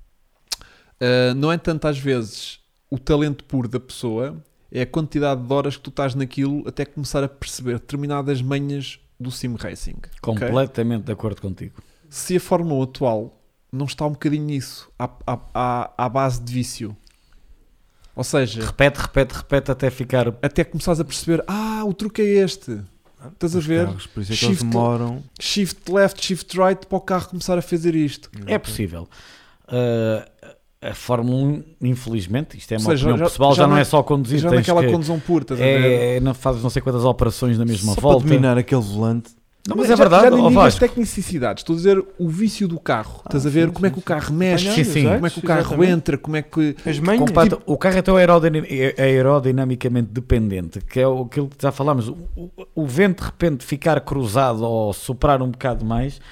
uh, não é tanto às vezes o talento puro da pessoa, é a quantidade de horas que tu estás naquilo até começar a perceber determinadas manhas do Sim Racing. ok? Completamente de acordo contigo. Se a Fórmula um atual não está um bocadinho nisso, à, à, à, à base de vício. Ou seja, Repete, repete, repete até ficar. até começares a perceber, ah, o truque é este. Estás a Os ver? carros, por isso é que eles Shift- demoram. Shift left, shift right para o carro começar a fazer isto. É possível. Uh, a Fórmula um, infelizmente, isto é uma Ou seja, opinião já- pessoal, já já, não não- é só conduzir, Já tens naquela que, condução pura, estás a ver? é, não fazes não sei quantas operações na mesma Só volta. para dominar aquele volante. Não, mas Já- é verdade, já nem ó digo as Vasco. tecnicidades, estou a dizer o vício do carro. Estás a ver sim, como é sim, que o sim. carro mexe, Sim, sim. como é que o carro Exatamente. entra, como é que... As manhas. Completo- o carro é tão aerodin- aerodinamicamente dependente que é o- aquilo que já falámos. O, o- o vento de repente ficar cruzado ou soprar um bocado mais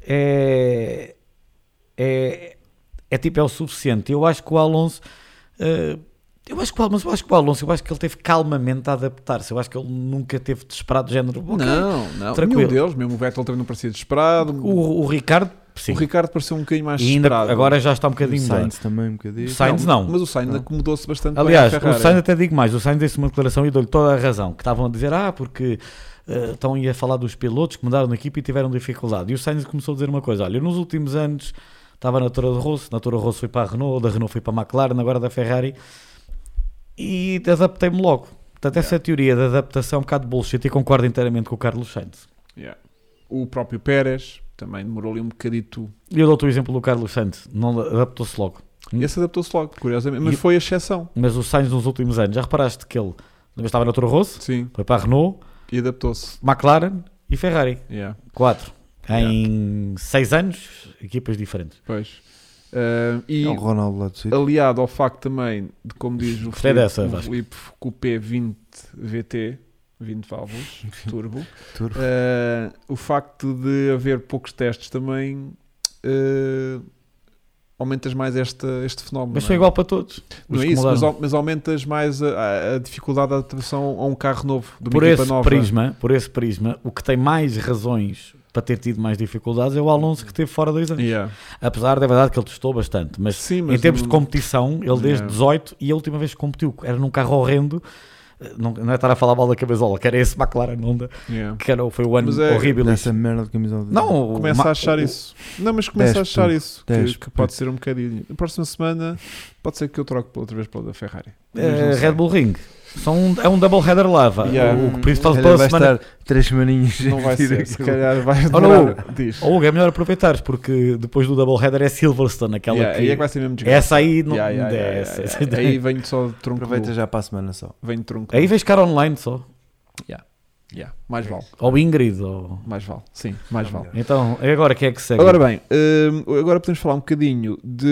é, é, é tipo é o suficiente. Eu acho que o Alonso eh, eu acho que o Alonso, eu acho que o Alonso, eu acho que ele teve calmamente a adaptar-se. Eu acho que ele nunca teve desesperado de género. ok. Não, não. tranquilo. Nenhum deles, mesmo o Vettel também não parecia desesperado. O, o Ricardo, sim. O Ricardo pareceu um bocadinho mais E ainda desesperado. agora já está um O bocadinho melhor. Sainz também um bocadinho. O Sainz não. Mas o Sainz Não. acomodou-se bastante Aliás, bem à o Ferrari. Sainz até digo mais, o Sainz disse uma declaração e deu-lhe toda a razão, que estavam a dizer, ah, porque uh, estão aí a falar dos pilotos que mudaram na equipe e tiveram dificuldade. E o Sainz começou a dizer uma coisa, olha, eu nos últimos anos estava na Toro Rosso, na Toro Rosso foi para a Renault, da Renault foi para a McLaren, agora da Ferrari, e adaptei-me logo. Portanto, essa Yeah. teoria de adaptação é um bocado de bullshit e concordo inteiramente com o Carlos Sainz. Yeah. O próprio Pérez também demorou ali um bocadito. E eu dou-te o exemplo do Carlos Sainz, não adaptou-se logo. Hum. Esse adaptou-se logo, curiosamente. Mas E- foi a exceção. Mas o Sainz nos últimos anos, já reparaste que ele estava na Toro Rosso, Sim. foi para a Renault, E adaptou-se. McLaren e Ferrari. Yeah. Quatro. Em seis anos, equipas diferentes. Pois. Uh, e É o Ronaldo lá do sítio. aliado ao facto também de, como diz o Gostei Filipe, dessa, o Vasco. Filipe com o P vinte V T, vinte válvulas, turbo, Turbo. uh, o facto de haver poucos testes também uh, aumentas mais esta, este fenómeno. Mas não foi é? igual para todos. Não Os é que isso, mas, mudaram. au- mas aumentas mais a, a- a dificuldade de adaptação a um carro novo, de uma Por equipa esse, nova. prisma, por esse prisma, o que tem mais razões para ter tido mais dificuldades é o Alonso que esteve fora dois anos. Yeah. Apesar da verdade que ele testou bastante. Mas, Sim, mas em termos de não- competição, ele desde Yeah. dezoito e a última vez que competiu era num carro horrendo. Não, não é estar a falar mal da cabezola, que era esse McLaren Honda, Yeah. que era, foi o ano Mas é- horrível. Dessa merda de camisola. de- Não, o Começa Ma- a achar o- isso. Não, mas começa a dez achar por- isso. Que, dez que por- pode ser um bocadinho. Na próxima semana pode ser que eu troque outra vez pela da Ferrari. Mas Eh, não sei. Red Bull Ring. São um, é um double header lava. Yeah. O, o que por isso faz Olha, pela vai semana. estar três semaninhas Não vai a vir ser. aquilo. Se calhar vai Olha, demorar. Diz. Ou é melhor aproveitares, porque depois do double header é Silverstone, aquela Yeah, que... Aí é que vai ser mesmo desgraça. Essa aí não Yeah, yeah, yeah, desce. yeah, yeah. Aí venho só de tronco. Aproveita já para a semana só. Venho de tronco. Aí vens cá online só. Yeah, mais vale. Ou Ingrid. Ou... Mais vale. Sim, mais vale. Então, e agora quem é que segue? Agora bem, hum, agora podemos falar um bocadinho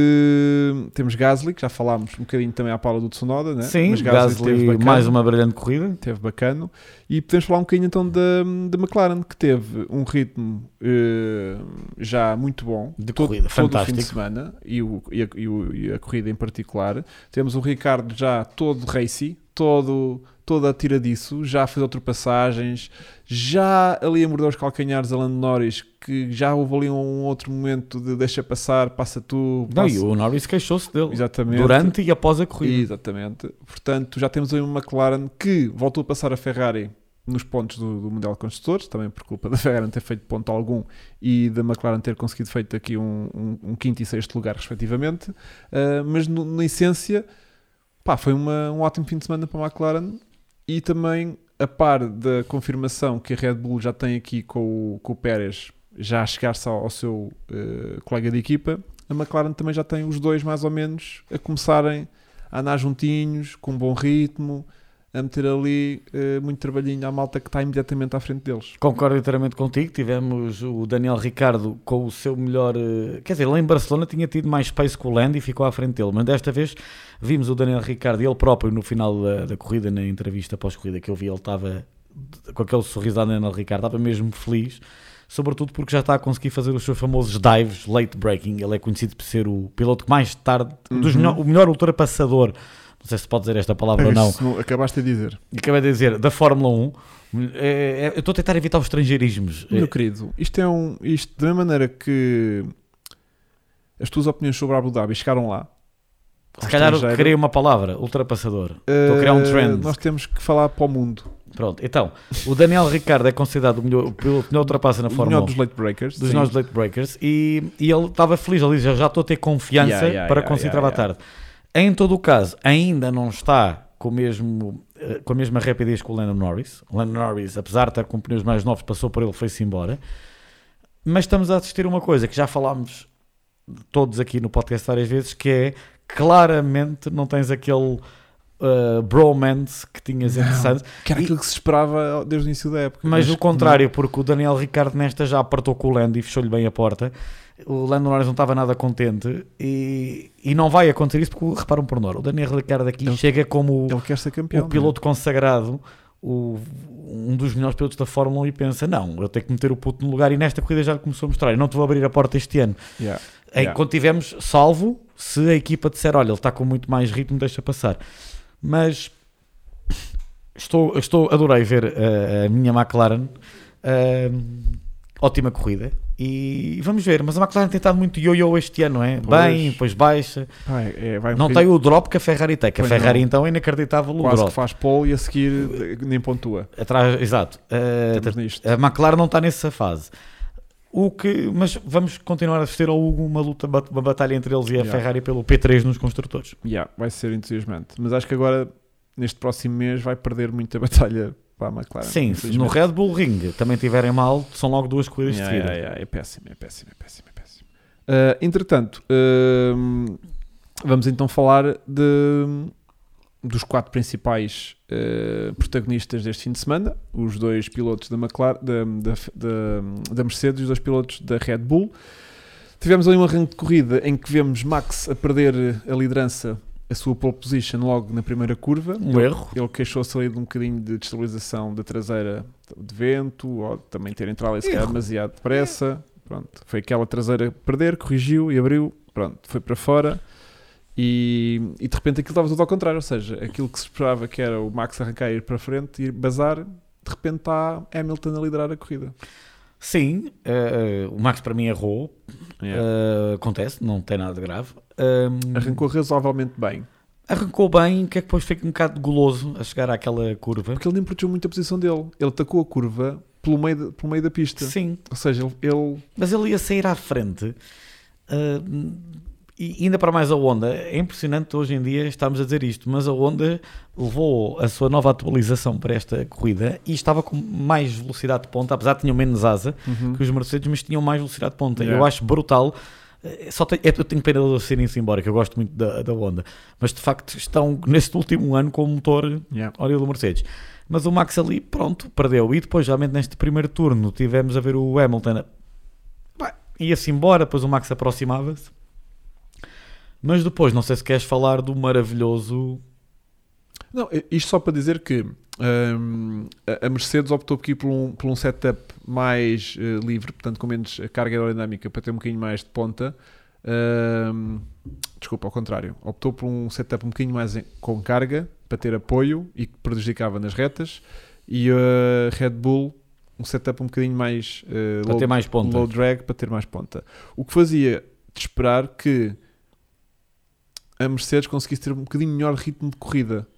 de. Temos Gasly, que já falámos um bocadinho também à Paula do Tsunoda, né? Sim, Mas Gasly, teve bacana, mais uma brilhante corrida. teve bacano. E podemos falar um bocadinho então da, da McLaren, que teve um ritmo eh, já muito bom De todo, corrida, todo o fim fantástico. de semana e, o, e, a, e, o, e a corrida em particular. Temos o Ricardo já todo racy, todo, todo a tiradiço, já a fazer ultrapassagens, já ali a morder os calcanhares a Lando Norris, que já houve ali um outro momento de deixa passar, passa tu, Não, passa... e o Norris queixou-se dele. Exatamente. Durante e após a corrida. Exatamente. Portanto, já temos aí uma McLaren que voltou a passar a Ferrari nos pontos do, do Mundial de Construtores, também por culpa da Ferrari não ter feito ponto algum e da McLaren ter conseguido feito aqui um, um, um quinto e sexto lugar, respectivamente. Uh, mas no, na essência, pá, foi uma, um ótimo fim de semana para a McLaren e também a par da confirmação que a Red Bull já tem aqui com o, com o Pérez já a chegar-se ao, ao seu uh, colega de equipa, a McLaren também já tem os dois mais ou menos a começarem a andar juntinhos, com um bom ritmo, a meter ali uh, muito trabalhinho à malta que está imediatamente à frente deles. Concordo inteiramente contigo. Tivemos o Daniel Ricciardo com o seu melhor... Uh, quer dizer, lá em Barcelona tinha tido mais space com o Lando e ficou à frente dele, mas desta vez vimos o Daniel Ricciardo e ele próprio no final da, da corrida, na entrevista pós-corrida que eu vi, ele estava com aquele sorriso do Daniel Ricciardo, estava mesmo feliz, sobretudo porque já está a conseguir fazer os seus famosos dives, late braking. Ele é conhecido por ser o piloto que mais tarde, uhum. dos melhor, o melhor ultrapassador, não sei se pode dizer esta palavra ou não. Acabaste de dizer. Acabei de dizer, da Fórmula um. É, é, eu estou a tentar evitar os estrangeirismos. Meu é, querido, isto é um... Isto, da mesma maneira que as tuas opiniões sobre Abu Dhabi chegaram lá, se calhar eu criei uma palavra, ultrapassador. Uh, Estou a criar um trend. Nós temos que falar para o mundo. Pronto, então, o Daniel Ricciardo é considerado o melhor, o piloto melhor ultrapassa na Fórmula um. O melhor dos late breakers. Dos melhores late breakers. E, e ele estava feliz, ele diz, já estou a ter confiança yeah, yeah, para yeah, conseguir yeah, trabalhar yeah. tarde. Em todo o caso, ainda não está com, o mesmo, com a mesma rapidez que o Lando Norris. O Lando Norris, apesar de estar com pneus mais novos, passou por ele, foi-se embora. Mas estamos a assistir a uma coisa que já falámos todos aqui no podcast várias vezes, que é, claramente não tens aquele... Uh, bromance que tinhas entre Sainz, que era e, aquilo que se esperava desde o início da época, mas, mas o contrário, não. Porque o Daniel Ricciardo nesta já apertou com o Lando e fechou-lhe bem a porta. O Lando Norris não estava nada contente e, e não vai acontecer isso porque, repara um pormenor, o Daniel Ricciardo aqui ele, chega como ele quer ser campeão, o piloto consagrado, o, um dos melhores pilotos da Fórmula um, e pensa, não, eu tenho que meter o puto no lugar, e nesta corrida já começou a mostrar, eu não te vou abrir a porta este ano. Yeah. Em, Yeah. Quando tivemos, salvo se a equipa disser, olha, ele está com muito mais ritmo, deixa passar. Mas estou, estou adorei ver uh, a minha McLaren, uh, ótima corrida, e vamos ver, mas a McLaren tem estado muito yo-yo este ano, é? Pois. Bem, depois baixa, Vai, é, vai um não bocadinho... tem o drop que a Ferrari tem, que Pois a Ferrari não. então é inacreditável o Quase drop. que faz pole e a seguir nem pontua. Atrás, exato, uh, a McLaren não está nessa fase. O que, mas vamos continuar a assistir a uma luta, uma batalha entre eles e a yeah. Ferrari pelo P três nos construtores. Yeah, vai ser entusiasmante. Mas acho que agora, neste próximo mês, vai perder muita batalha para a McLaren. Sim, se no Red Bull Ring também tiverem mal, são logo duas corridas yeah, de seguida. Yeah, yeah, é péssimo, é péssimo, é péssimo. É péssimo. Uh, entretanto, uh, vamos então falar de, dos quatro principais uh, protagonistas deste fim de semana, os dois pilotos da, McLaren, da, da, da, da Mercedes e os dois pilotos da Red Bull. Tivemos ali um arranque de corrida em que vemos Max a perder a liderança, a sua pole position logo na primeira curva. Um ele, erro. Ele queixou-se ali de um bocadinho de destabilização da traseira de vento, ou também ter entrado ali se calhar demasiado depressa. Pronto, foi aquela traseira perder, corrigiu e abriu, pronto, foi para fora. E, e de repente aquilo estava tudo ao contrário, ou seja, aquilo que se esperava que era o Max arrancar e ir para a frente e bazar, de repente está Hamilton a liderar a corrida. Sim, uh, o Max para mim errou, Yeah. uh, acontece, não tem nada de grave. Um, Arrancou razoavelmente bem. Arrancou bem, que é que depois fica um bocado goloso a chegar àquela curva. Porque ele nem protegeu muito a posição dele. Ele atacou a curva pelo meio, de, pelo meio da pista. Sim. Ou seja, ele... ele... Mas ele ia sair à frente... Uh, e ainda para mais a Honda, é impressionante hoje em dia estarmos a dizer isto, mas a Honda levou a sua nova atualização para esta corrida e estava com mais velocidade de ponta, apesar de tinham menos asa uhum. que os Mercedes, mas tinham mais velocidade de ponta. Yeah. Eu acho brutal. Só tenho, eu tenho pena de eles irem-se embora, que eu gosto muito da, da Honda, mas de facto estão neste último ano com o motor yeah. óleo do Mercedes. Mas o Max ali, pronto, perdeu. E depois, realmente, neste primeiro turno, tivemos a ver o Hamilton, ia-se embora, depois o Max aproximava-se. Mas depois, não sei se queres falar do maravilhoso... Não, isto só para dizer que um, a Mercedes optou aqui por um, por um setup mais uh, livre, portanto com menos carga aerodinâmica, para ter um bocadinho mais de ponta. Um, desculpa, ao contrário. Optou por um setup um bocadinho mais em, com carga, para ter apoio e que prejudicava nas retas. E a Red Bull, um setup um bocadinho mais, uh, para low, ter mais ponta. low drag, para ter mais ponta. O que fazia de esperar que a Mercedes conseguisse ter um bocadinho melhor ritmo de corrida.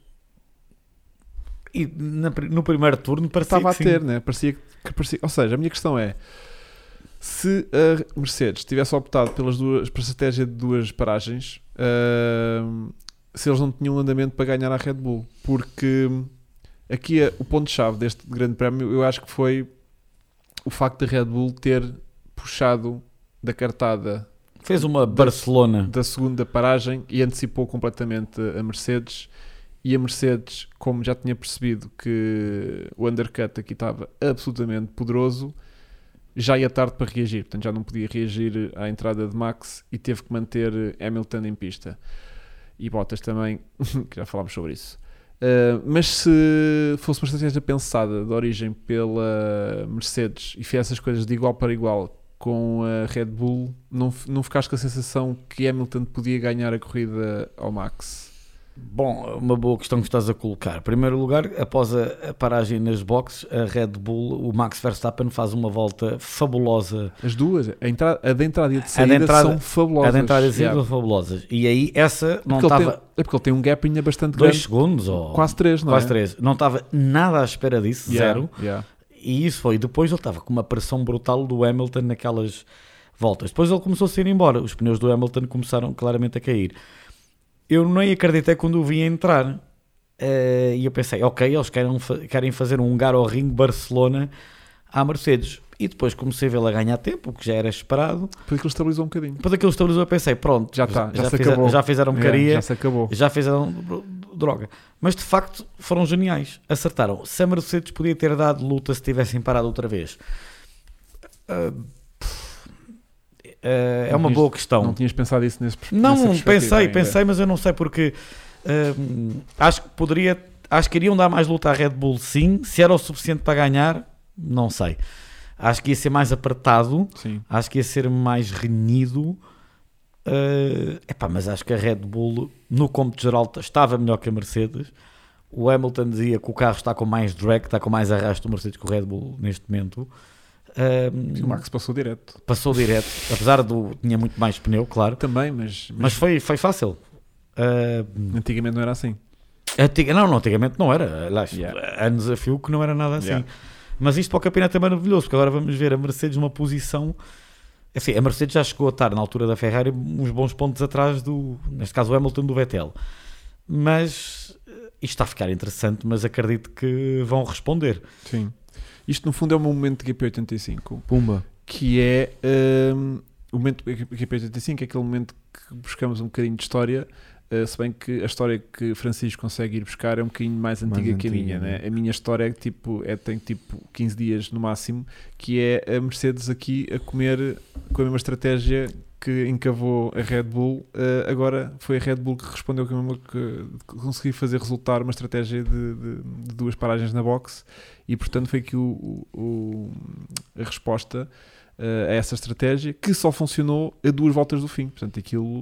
E na, no primeiro turno parecia estava a que ter, sim. né? parecia que parecia. Ou seja, a minha questão é: se a Mercedes tivesse optado pelas duas, pela estratégia de duas paragens, uh, se eles não tinham andamento para ganhar a Red Bull, porque aqui é, o ponto-chave deste grande prémio eu acho que foi o facto da Red Bull ter puxado da cartada, fez uma Barcelona da segunda paragem e antecipou completamente a Mercedes, e a Mercedes, como já tinha percebido que o undercut aqui estava absolutamente poderoso, já ia tarde para reagir, portanto já não podia reagir à entrada de Max e teve que manter Hamilton em pista. E Bottas também, que já falámos sobre isso. Uh, mas se fosse uma estratégia pensada de origem pela Mercedes e fizesse as coisas de igual para igual com a Red Bull, não, não ficaste com a sensação que Hamilton podia ganhar a corrida ao Max? Bom, uma boa questão que estás a colocar. Em primeiro lugar, após a, a paragem nas boxes, a Red Bull, o Max Verstappen faz uma volta fabulosa. As duas, a, entrada, a de entrada e a de saída, a de entrada, são fabulosas. A de entrada e a de saída yeah. são fabulosas. E aí, essa não porque estava... Tem, é porque ele tem um gap ainda bastante dois grande. segundos, ou... Quase três, não quase é? três. Não estava nada à espera disso, Yeah, zero. yeah. E isso foi. Depois ele estava com uma pressão brutal do Hamilton naquelas voltas. Depois ele começou a sair embora. Os pneus do Hamilton começaram claramente a cair. Eu nem acreditei quando o vi entrar. Uh, e eu pensei, ok, eles querem, querem fazer um Hungaroring Barcelona à Mercedes. E depois comecei a vê-la ganhar tempo, o que já era esperado. Depois aquilo estabilizou um bocadinho. Depois aquilo estabilizou, eu pensei, pronto, já, tá, já, já, se fizeram, acabou. já fizeram yeah, caria, já se acabou. Já fizeram droga. Mas de facto foram geniais. Acertaram. Se a Mercedes podia ter dado luta se tivessem parado outra vez. Uh, Uh, é uma tinhas, boa questão. Não tinhas pensado isso nesse Não, pensei, ainda. pensei, mas eu não sei porque uh, acho que poderia, acho que iriam dar mais luta à Red Bull, sim. Se era o suficiente para ganhar, não sei. Acho que ia ser mais apertado, sim. Acho que ia ser mais renhido. Uh, epá, mas acho que a Red Bull, no cômputo geral, estava melhor que a Mercedes. O Hamilton dizia que o carro está com mais drag, está com mais arrasto do Mercedes que o Red Bull neste momento. Um, o Max passou direto. Passou direto, apesar do tinha muito mais pneu, claro. Também, mas. Mas, mas foi, foi fácil. Uh, antigamente não era assim. Antiga, não, não, antigamente não era. Aliás, yeah. anos a fio que não era nada assim. Yeah. Mas isto para o campeonato é maravilhoso, porque agora vamos ver a Mercedes numa posição. Assim, a Mercedes já chegou a estar na altura da Ferrari uns bons pontos atrás do, neste caso, o Hamilton do Vettel. Mas isto está a ficar interessante, mas acredito que vão responder. Sim. Isto no fundo é o meu momento de G P oitenta e cinco. Pumba. Que é um, o momento de G P oitenta e cinco, é aquele momento que buscamos um bocadinho de história, uh, se bem que a história que Francisco consegue ir buscar é um bocadinho mais antiga mais que a antiga, minha, né? né? A minha história é, tipo, é, tem tipo quinze dias no máximo, que é a Mercedes aqui a comer com a mesma estratégia que encavou a Red Bull. Uh, agora foi a Red Bull que respondeu que, que, que conseguiu fazer resultar uma estratégia de, de, de duas paragens na boxe. E portanto foi aqui o, o, a resposta uh, a essa estratégia, que só funcionou a duas voltas do fim. Portanto aquilo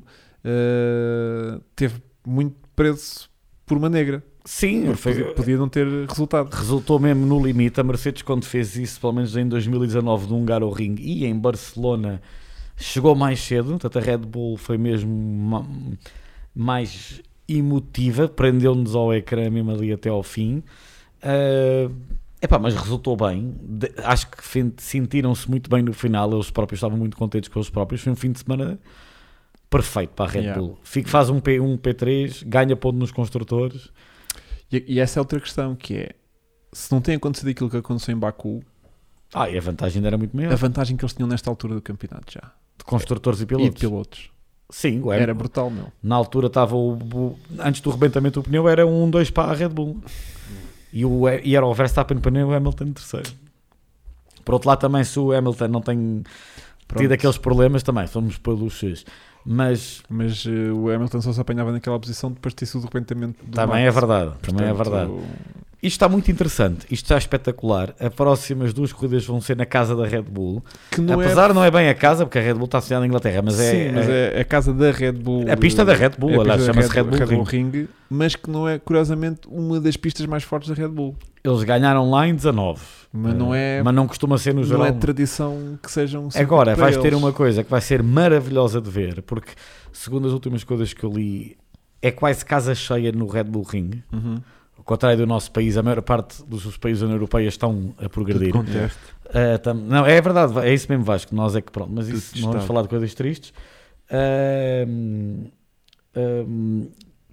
uh, teve muito preço por uma negra. Sim, foi, podia, podia não ter resultado. Resultou mesmo no limite. A Mercedes, quando fez isso, pelo menos em dois mil e dezanove, no Hungaroring e em Barcelona, chegou mais cedo. Portanto, a Red Bull foi mesmo ma- mais emotiva, prendeu-nos ao ecrã mesmo ali até ao fim. Uh, epá, mas resultou bem. De, acho que sentiram-se muito bem no final. Eles próprios estavam muito contentes com eles próprios. Foi um fim de semana perfeito para a Red yeah. Bull. Fica, faz um, P, um P três, ganha ponto nos construtores. E, e essa é outra questão, que é, se não tem acontecido aquilo que aconteceu em Baku, ah, e a vantagem ainda era muito maior. A vantagem que eles tinham nesta altura do campeonato já. De construtores e pilotos. E de pilotos. Sim, o era brutal, meu. Na altura estava o, o... Antes do rebentamento do pneu era um dois para a Red Bull. E, o, e era o Verstappen pneu e o Hamilton terceiro. Por outro lado também, se o Hamilton não tem Pronto. tido aqueles problemas, também fomos pelos X. Mas, mas uh, o Hamilton só se apanhava naquela posição depois de ter sido o rebentamento do Também Max. é verdade. Portanto, também é verdade. Isto está muito interessante, isto está espetacular. As próximas duas corridas vão ser na casa da Red Bull, que não apesar é... não é bem a casa, porque a Red Bull está associada à Inglaterra, mas é, Sim, mas é, é a casa da Red Bull, a pista da Red Bull, é aliás, chama-se Red Bull, Red Bull Ring. Ring, mas que não é, curiosamente, uma das pistas mais fortes da Red Bull. Eles ganharam lá em dezanove, mas não é, mas não costuma ser no não geral. Não é tradição que sejam. Agora vais eles. ter uma coisa que vai ser maravilhosa de ver, porque segundo as últimas coisas que eu li, é quase casa cheia no Red Bull Ring. Uhum. Ao contrário do nosso país, a maior parte dos países da União Europeia estão a progredir. Uh, tam, não, é verdade, é isso mesmo, Vasco. Nós é que pronto, mas isso, não vamos falar de coisas tristes. Uh, uh,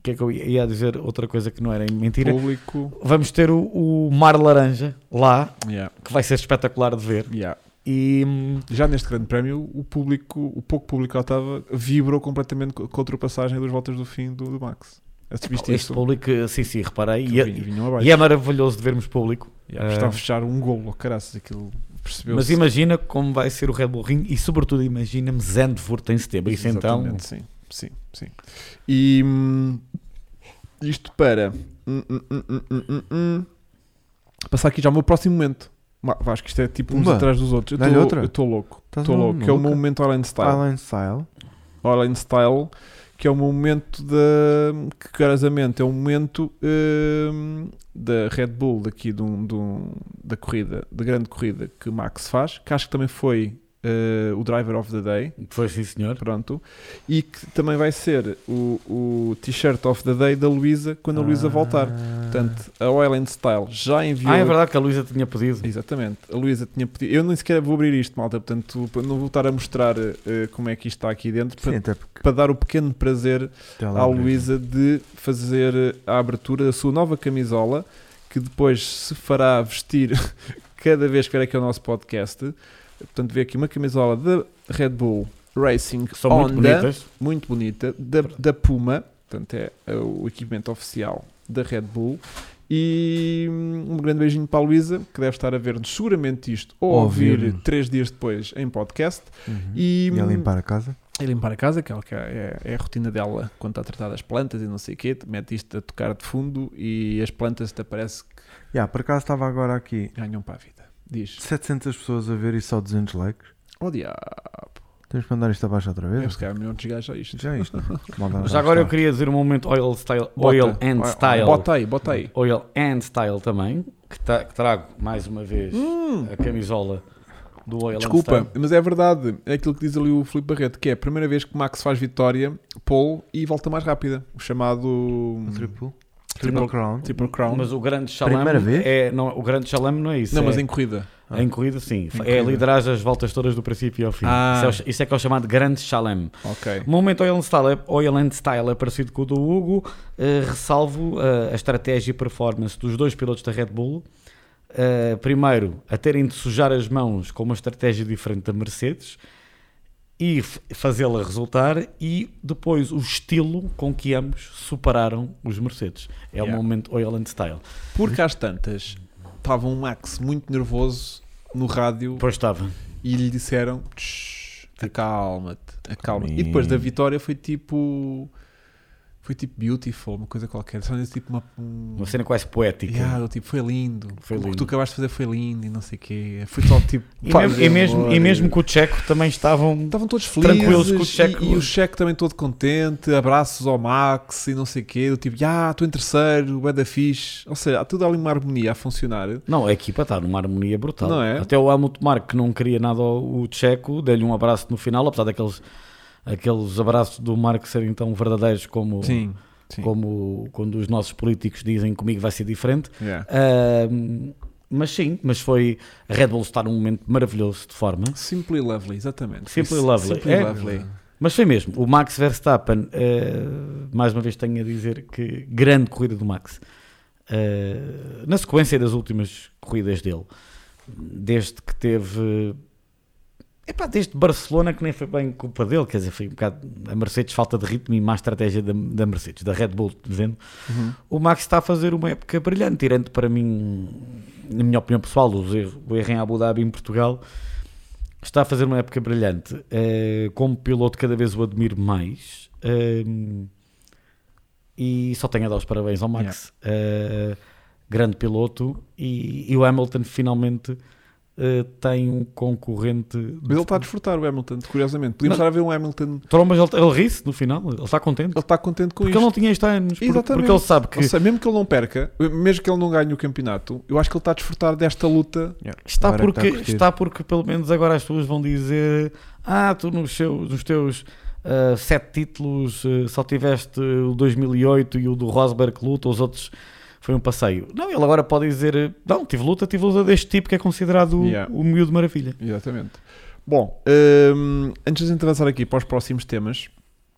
que é que eu ia dizer? Outra coisa que não era mentira. Público. Vamos ter o, o Mar Laranja lá, Yeah. que vai ser espetacular de ver. Yeah. E hum, Já neste grande prémio, o público, o pouco público que lá estava, vibrou completamente com a ultrapassagem das voltas do fim do, do Max. Viste este isso? público, sim, sim, reparei. Que E, é- vinha- vinham abaixo. e é maravilhoso de vermos público. Yeah, Ah, está a fechar um golo, oh, caraças, aquilo percebeu-se. mas imagina como vai ser o Red Bull Ring e, sobretudo, imagina-me Zandvoort em setembro. Isso então. Exatamente, sim, sim, sim. E hum, isto para hum, hum, hum, hum, hum, hum. passar aqui já o meu próximo momento. Ma- Acho que isto é tipo uns Uma. atrás dos outros. Dá-lhe outra? Eu estou louco. Estás Estou louco. Que é o meu maluca? momento Orlando Style. Island Style. Orlando Style, que é o momento da. Que curiosamente é o momento hum, da Red Bull daqui de um, de um- da corrida, da grande corrida que o Max faz, que acho que também foi uh, o Driver of the Day. Foi, sim, senhor. Pronto, e que também vai ser o, o T-shirt of the Day da Luísa quando a Luísa voltar. Portanto, a Oil and Style já enviou. Ah, é verdade que a Luísa tinha pedido. Exatamente, a Luísa tinha pedido. Eu nem sequer vou abrir isto, malta, portanto, não vou estar a mostrar eh, como é que isto está aqui dentro Sim, para, até porque para dar o pequeno prazer está lá à mesmo. Luísa de fazer a abertura da sua nova camisola, que depois se fará vestir cada vez que vier aqui ao nosso podcast. Portanto, vê aqui uma camisola da Red Bull Racing São muito Honda, bonitas. muito bonita, da, da Puma, portanto é, é o equipamento oficial da Red Bull. E um grande beijinho para a Luísa, que deve estar a ver-nos seguramente isto ou a ouvir Ouvir-nos. três dias depois em podcast. Uhum. E, E a limpar a casa. e limpar a casa, que é, o que é, é a rotina dela quando está a tratar das plantas e não sei o quê. Mete isto a tocar de fundo e as plantas até parece que Yeah, por acaso estava agora aqui ganham para a vida. Diz: setecentas pessoas a ver e só duzentos likes. oh diabo, Temos que mandar isto abaixo outra é vez? se calhar melhor desligar já isto. Já é isto. Malta, Já agora eu está. queria dizer um momento Oil, style, Bota. oil and Bota- Style. Bota aí, bota aí. Oil and Style também, que, tá- que trago mais uma vez Hum. a camisola do Oil and Desculpa, Style. mas é verdade. É aquilo que diz ali o Filipe Barreto, que é a primeira vez que Max faz vitória, pole e volta mais rápida. O chamado O triple. Triple- Triple Crown. Triple Crown. Mas o grande chalame Primeira vez? é não, o grande chalame não é isso. não, é, mas em corrida. em corrida sim, Em é corrida. liderar as voltas todas do princípio ao fim. Ah. Isso, é, o- isso é que é o chamado grande chalame. Ok. O momento Oil and Style é, Oil and Style é parecido com o do Hugo. eh, ressalvo eh, a estratégia e performance dos dois pilotos da Red Bull. Eh, primeiro, a terem de sujar as mãos com uma estratégia diferente da Mercedes e f- fazê-la resultar, e depois o estilo com que ambos superaram os Mercedes. É Yeah. o momento Oil and Style. Porque às tantas estava um Max muito nervoso no rádio Depois estava. e lhe disseram: "Tsh, acalma-te, acalma-te." E depois da vitória foi tipo. Foi tipo beautiful, uma coisa qualquer. Só disse tipo uma. Um... Uma cena quase poética. Yeah, eu, tipo, foi lindo. Foi O que lindo. tu acabaste de fazer foi lindo e não sei o quê. Foi só tipo. E, pá, mesmo, e, mesmo, e mesmo com o Checo também estavam. Estavam todos felizes Tranquilos com o Checo. e, e o Checo também todo contente, abraços ao Max e não sei o quê, do tipo, ah, estou em terceiro, é da fixe. Ou seja, há tudo ali uma harmonia a funcionar. Não, a equipa está numa harmonia brutal. Não é? Até o Helmut Marko, que não queria nada ao o Checo, deu-lhe um abraço no final, apesar daqueles aqueles abraços do Marko serem tão verdadeiros como, Sim, sim. como quando os nossos políticos dizem comigo vai ser diferente. Yeah. Ahm, mas sim, mas foi a Red Bull está num momento maravilhoso de forma. Simply lovely, exatamente. Simply Isso, lovely. Simply É. lovely. Mas foi mesmo, o Max Verstappen, eh, mais uma vez tenho a dizer que grande corrida do Max. Eh, na sequência das últimas corridas dele, desde que teve, epá, desde Barcelona, que nem foi bem culpa dele, quer dizer, foi um bocado a Mercedes, falta de ritmo e má estratégia da, da Mercedes, da Red Bull, dizendo. Uhum. O Max está a fazer uma época brilhante, tirando para mim, na minha opinião pessoal, o erro, o erro em Abu Dhabi, em Portugal. Está a fazer uma época brilhante. Uh, como piloto, cada vez o admiro mais. Uh, e só tenho a dar os parabéns ao Max. Uh, grande piloto. E, e o Hamilton finalmente uh, tem um concorrente. Mas ele está a desfrutar, o Hamilton, curiosamente. Podíamos Não. estar a ver um Hamilton. Trombas, ele, ele ri-se no final. Ele está contente. Ele está contente com Porque isto. ele não tinha isto há anos. Porque, Exatamente. porque ele sabe que Ou seja, mesmo que ele não perca, mesmo que ele não ganhe o campeonato, eu acho que ele está a desfrutar desta luta. Yeah. Está Agora que porque, está a curtir. está porque pelo menos agora as pessoas vão dizer: ah, tu nos, seus, nos teus ah, sete títulos ah, só tiveste o dois mil e oito e o do Rosberg que luta, os outros foi um passeio. Não, ele agora pode dizer: não, tive luta, tive luta deste tipo que é considerado o- Yeah. o miúdo maravilha. Exatamente. Bom, hum, antes de a gente avançar aqui para os próximos temas,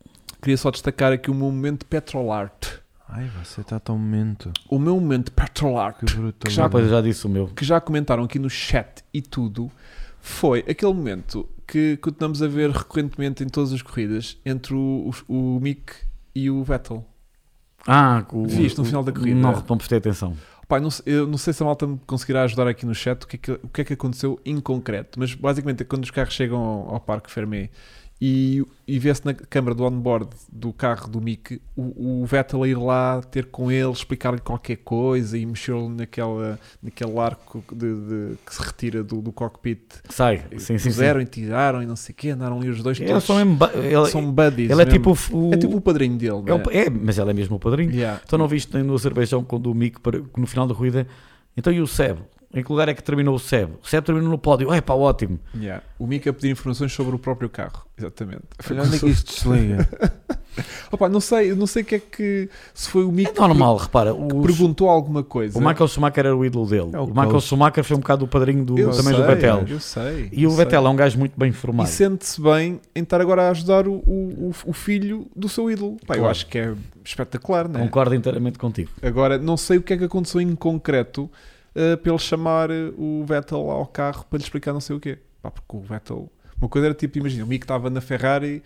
queria só destacar aqui o meu momento Petrolart. Ai, você está tão momento. O meu momento Petrolart, Que bruto. Que já- Já, pois, eu já disse o meu. que já comentaram aqui no chat e tudo, foi aquele momento que continuamos a ver recorrentemente em todas as corridas entre o, o, o Mick e o Vettel. Ah, o, Viste no final da corrida? Não, não prestei atenção. Pá, não, sei- eu não sei se a malta me conseguirá ajudar aqui no chat o que é que, o que, é que aconteceu em concreto, mas basicamente é quando os carros chegam ao, ao Parque Fermé e, e vê-se na câmara do onboard do carro do Mick o, o Vettel a ir lá ter com ele, explicar-lhe qualquer coisa e mexeu-lhe naquela, naquele arco de, de- que se retira do, do cockpit. Sai, sim, sim, sim. Puseram e tiraram e não sei o quê, andaram ali os dois Eles todos. são mesmo ba- ele, São buddies. ele é mesmo. tipo o, É tipo o padrinho dele, é, não o- é, mas ele é mesmo o padrinho. Yeah. Então não viste nem no Azerbaijão quando o Mick, para- no final da corrida, então e o Seb? Em que lugar é que terminou o Seb? O Seb terminou no pódio. É pá, ótimo. Yeah. O Mick a pedir informações sobre o próprio carro. Exatamente. Olha onde é que isto desliga. Opa, não sei, eu não sei o que é que. Se foi o Mick É normal, repara. que os- perguntou alguma coisa. o Michael Schumacher era o ídolo dele. É o o Michael Carlos. Schumacher foi um bocado o padrinho do, Eu também sei, do Vettel. Eu sei. E eu o sei. Vettel é um gajo muito bem E formado. sente-se bem em estar agora a ajudar o, o, o- o filho do seu ídolo. Pá, eu Claro. acho que é espetacular, não é? Concordo inteiramente contigo. Agora, não sei o que é que aconteceu em concreto uh, para ele chamar uh, o Vettel ao carro para lhe explicar não sei o quê. Pá, porque o Vettel... Uma coisa era tipo, imagina, o Mick estava na Ferrari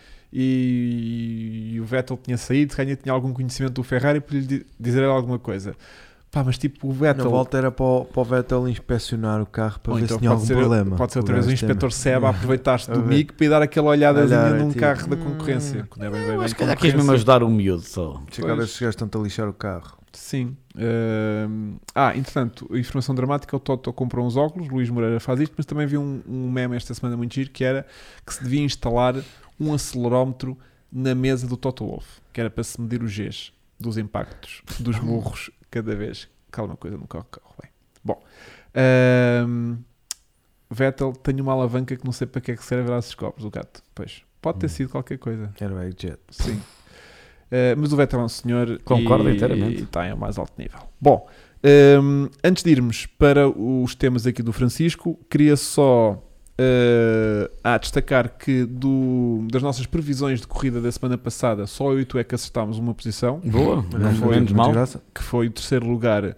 e, e o Vettel tinha saído, se calhar tinha algum conhecimento do Ferrari para lhe di- dizer alguma coisa. Pá, mas tipo, o Na Vettel... volta era para o, para o Vettel inspecionar o carro para Ou ver então se tinha pode algum ser, problema. pode ser outra vez o gajo inspetor tem- Seba a aproveitar-se A do ver. Mick para ir dar aquela olhadazinha Olhar, num tipo, carro da hum. concorrência. Quando é bem, bem, Eu bem acho que calhar quis mesmo concorrência. ajudar o miúdo só. Chega a ver Pois. se os gajos estão a lixar o carro. Sim. Ahm, ah, entretanto, informação dramática, o Toto comprou uns óculos, o Luís Moreira faz isto, mas também vi um, um meme esta semana muito giro, que era que se devia instalar um acelerómetro na mesa do Toto Wolff, que era para se medir os Gs dos impactos, dos burros, cada vez que alguma coisa no carro corre bem. Bom, ahm, Vettel tem uma alavanca que não sei para que é que serve lá esses copos, o gato. Pois, pode ter Hum. sido qualquer coisa. Era o Jet. Sim. Uh, mas o Vettel é um senhor Concordo e, inteiramente. e está em mais alto nível. Bom, um, antes de irmos para os temas aqui do Francisco, queria só uh, ah, destacar que do, das nossas previsões de corrida da semana passada, só eu e tu é que acertámos uma posição, Boa, Mas não foi foi menos muita mal. graça. que foi o terceiro lugar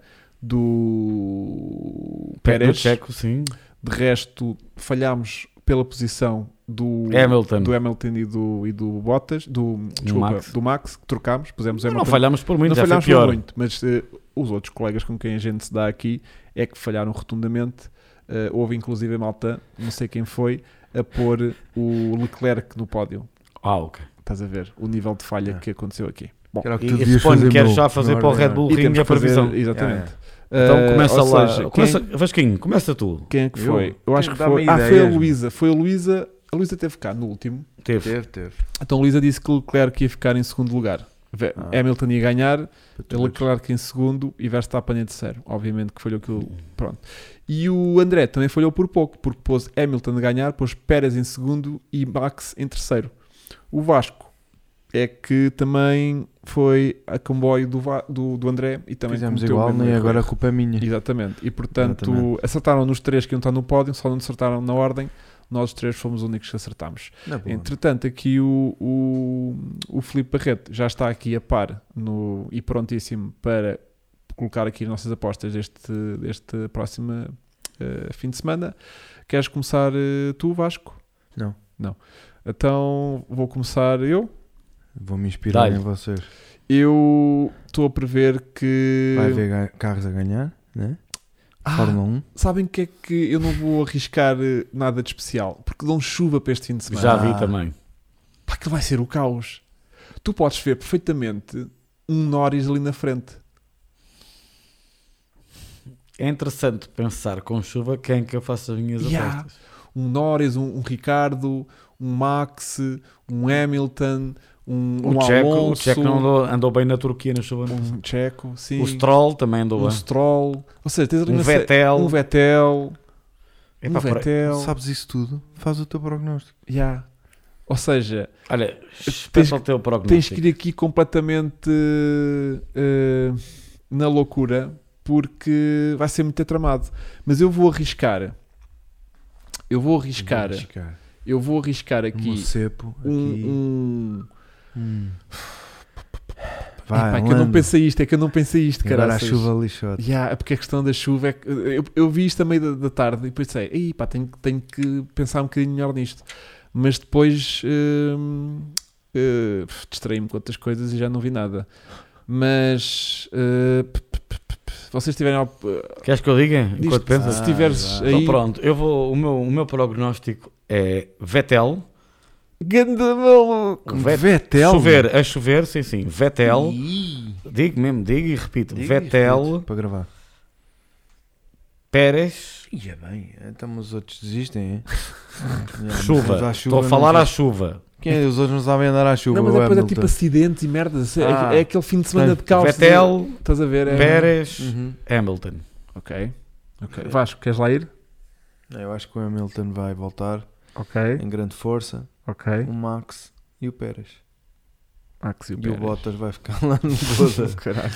do Do Pérez. Checo, sim. De resto, falhámos pela posição do Hamilton. do Hamilton e do, e do Bottas, do, desculpa, Max. do Max, que trocámos, pusemos Não, Hamilton. não falhámos por muito, Não já foi falhámos pior. por muito, mas eh, os outros colegas com quem a gente se dá aqui é que falharam rotundamente. Eh, houve inclusive a malta, não sei quem foi, a pôr o Leclerc no pódio. Ah, ok. Estás a ver o nível de falha É. que aconteceu aqui. Bom, Era o que E, tu e devias suponho fazer que queres no- já fazer no para o Red ordenado. Bull e Ring temos a que fazer, previsão. exatamente. Então Eh, começa ou lá. seja, começa, quem, Vasquinho, começa tu. quem é que Eu? foi? Eu acho que Dá-me foi. Ah, foi a ideias, Luísa. Foi a Luísa. A Luísa teve cá no último. Teve. Teve, teve. Então a Luísa disse que o Leclerc ia ficar em segundo lugar. Ve- Ah. Hamilton ia ganhar, Para tu veres. Leclerc em segundo e Verstappen em terceiro. Obviamente que falhou aquilo. Pronto. E o André também falhou por pouco, porque pôs Hamilton a ganhar, pôs Pérez em segundo e Max em terceiro. O Vasco é que também foi a comboio do, Va- do, do André e também Fizemos cometeu o igual, mesmo nem erro. agora a culpa é minha. Exatamente. E portanto Exatamente. acertaram nos três que iam estar no pódio, só não acertaram na ordem. Nós os três fomos os únicos que acertámos. Na boa. Entretanto, aqui o, o, o Filipe Barreto já está aqui a par no, e prontíssimo para colocar aqui as nossas apostas deste, deste próximo eh, fim de semana. Queres começar eh, tu, Vasco? Não. Não. Então vou começar eu. Vou-me inspirar Dá-lhe. em vocês. Eu estou a prever que... Vai haver ga- carros a ganhar, né? Ah, Fórmula um. sabem que é que eu não vou arriscar eh, nada de especial? Porque dão chuva para este fim de semana. Já Ah. vi também. Pá, aquilo vai ser o caos. Tu podes ver perfeitamente um Norris ali na frente. É interessante pensar com chuva quem é que eu faço as minhas Yeah. apostas. Um Norris, um, um Ricardo, um Max, um Hamilton, um, um O Checo, o Alonso, Checo não andou, andou bem na Turquia na chuva. um Checo, sim, O Stroll também andou um bem. Stroll. Ou seja, tens ali Um uma sé- Vettel. um Vettel, Epá, um por- Vettel. Sabes isso tudo? Faz o teu prognóstico. Yeah. Ou seja, Olha, Tens- espeta o teu tens prognóstico. que ir aqui completamente eh, na loucura porque vai ser muito tramado. Mas eu vou arriscar. Eu vou arriscar. Vou arriscar. Eu vou arriscar Um aqui cepo um, aqui. um, Hum. Vai, Vai, é que eu não pensei isto, é que eu não pensei isto, cara. Agora a chuva lixou. Yeah, é porque a questão da chuva é que eu, eu vi isto a meio da, da tarde e pensei, ei, pá, tenho, tenho que pensar um bocadinho melhor nisto. Mas depois hum, uh, distraí-me com outras coisas e já não vi nada. Mas uh, p- p- p- p- vocês tiverem. Uh, Queres que eu diga? Enquanto diz, pensas? se tiveres Ah, aí. Então pronto, eu vou, o, meu, o meu prognóstico é Vettel. Ganda maluco! Vet- Vettel? Chover, a chover, sim, sim. Vettel. Ih. Digo mesmo, digo e repito. Diga Vettel, isto, para gravar. Pérez, Ia bem, então os outros desistem, hein? Yeah, chuva. mas à Estou a não falar sei. à chuva. Quem é? Os outros não sabem andar à chuva. Não, mas o é depois é Hamilton. tipo acidentes e merdas. É, Ah. é aquele fim de semana de caos. Vettel, de- Estás a ver? É... Pérez, Uhum. Hamilton. Ok. Ok. Vasco, queres lá ir? Eu acho que o Hamilton vai voltar Ok. em grande força. Ok. O Max e o Pérez. Max e o E o Pérez. Bottas vai ficar lá no Boda. Caralho.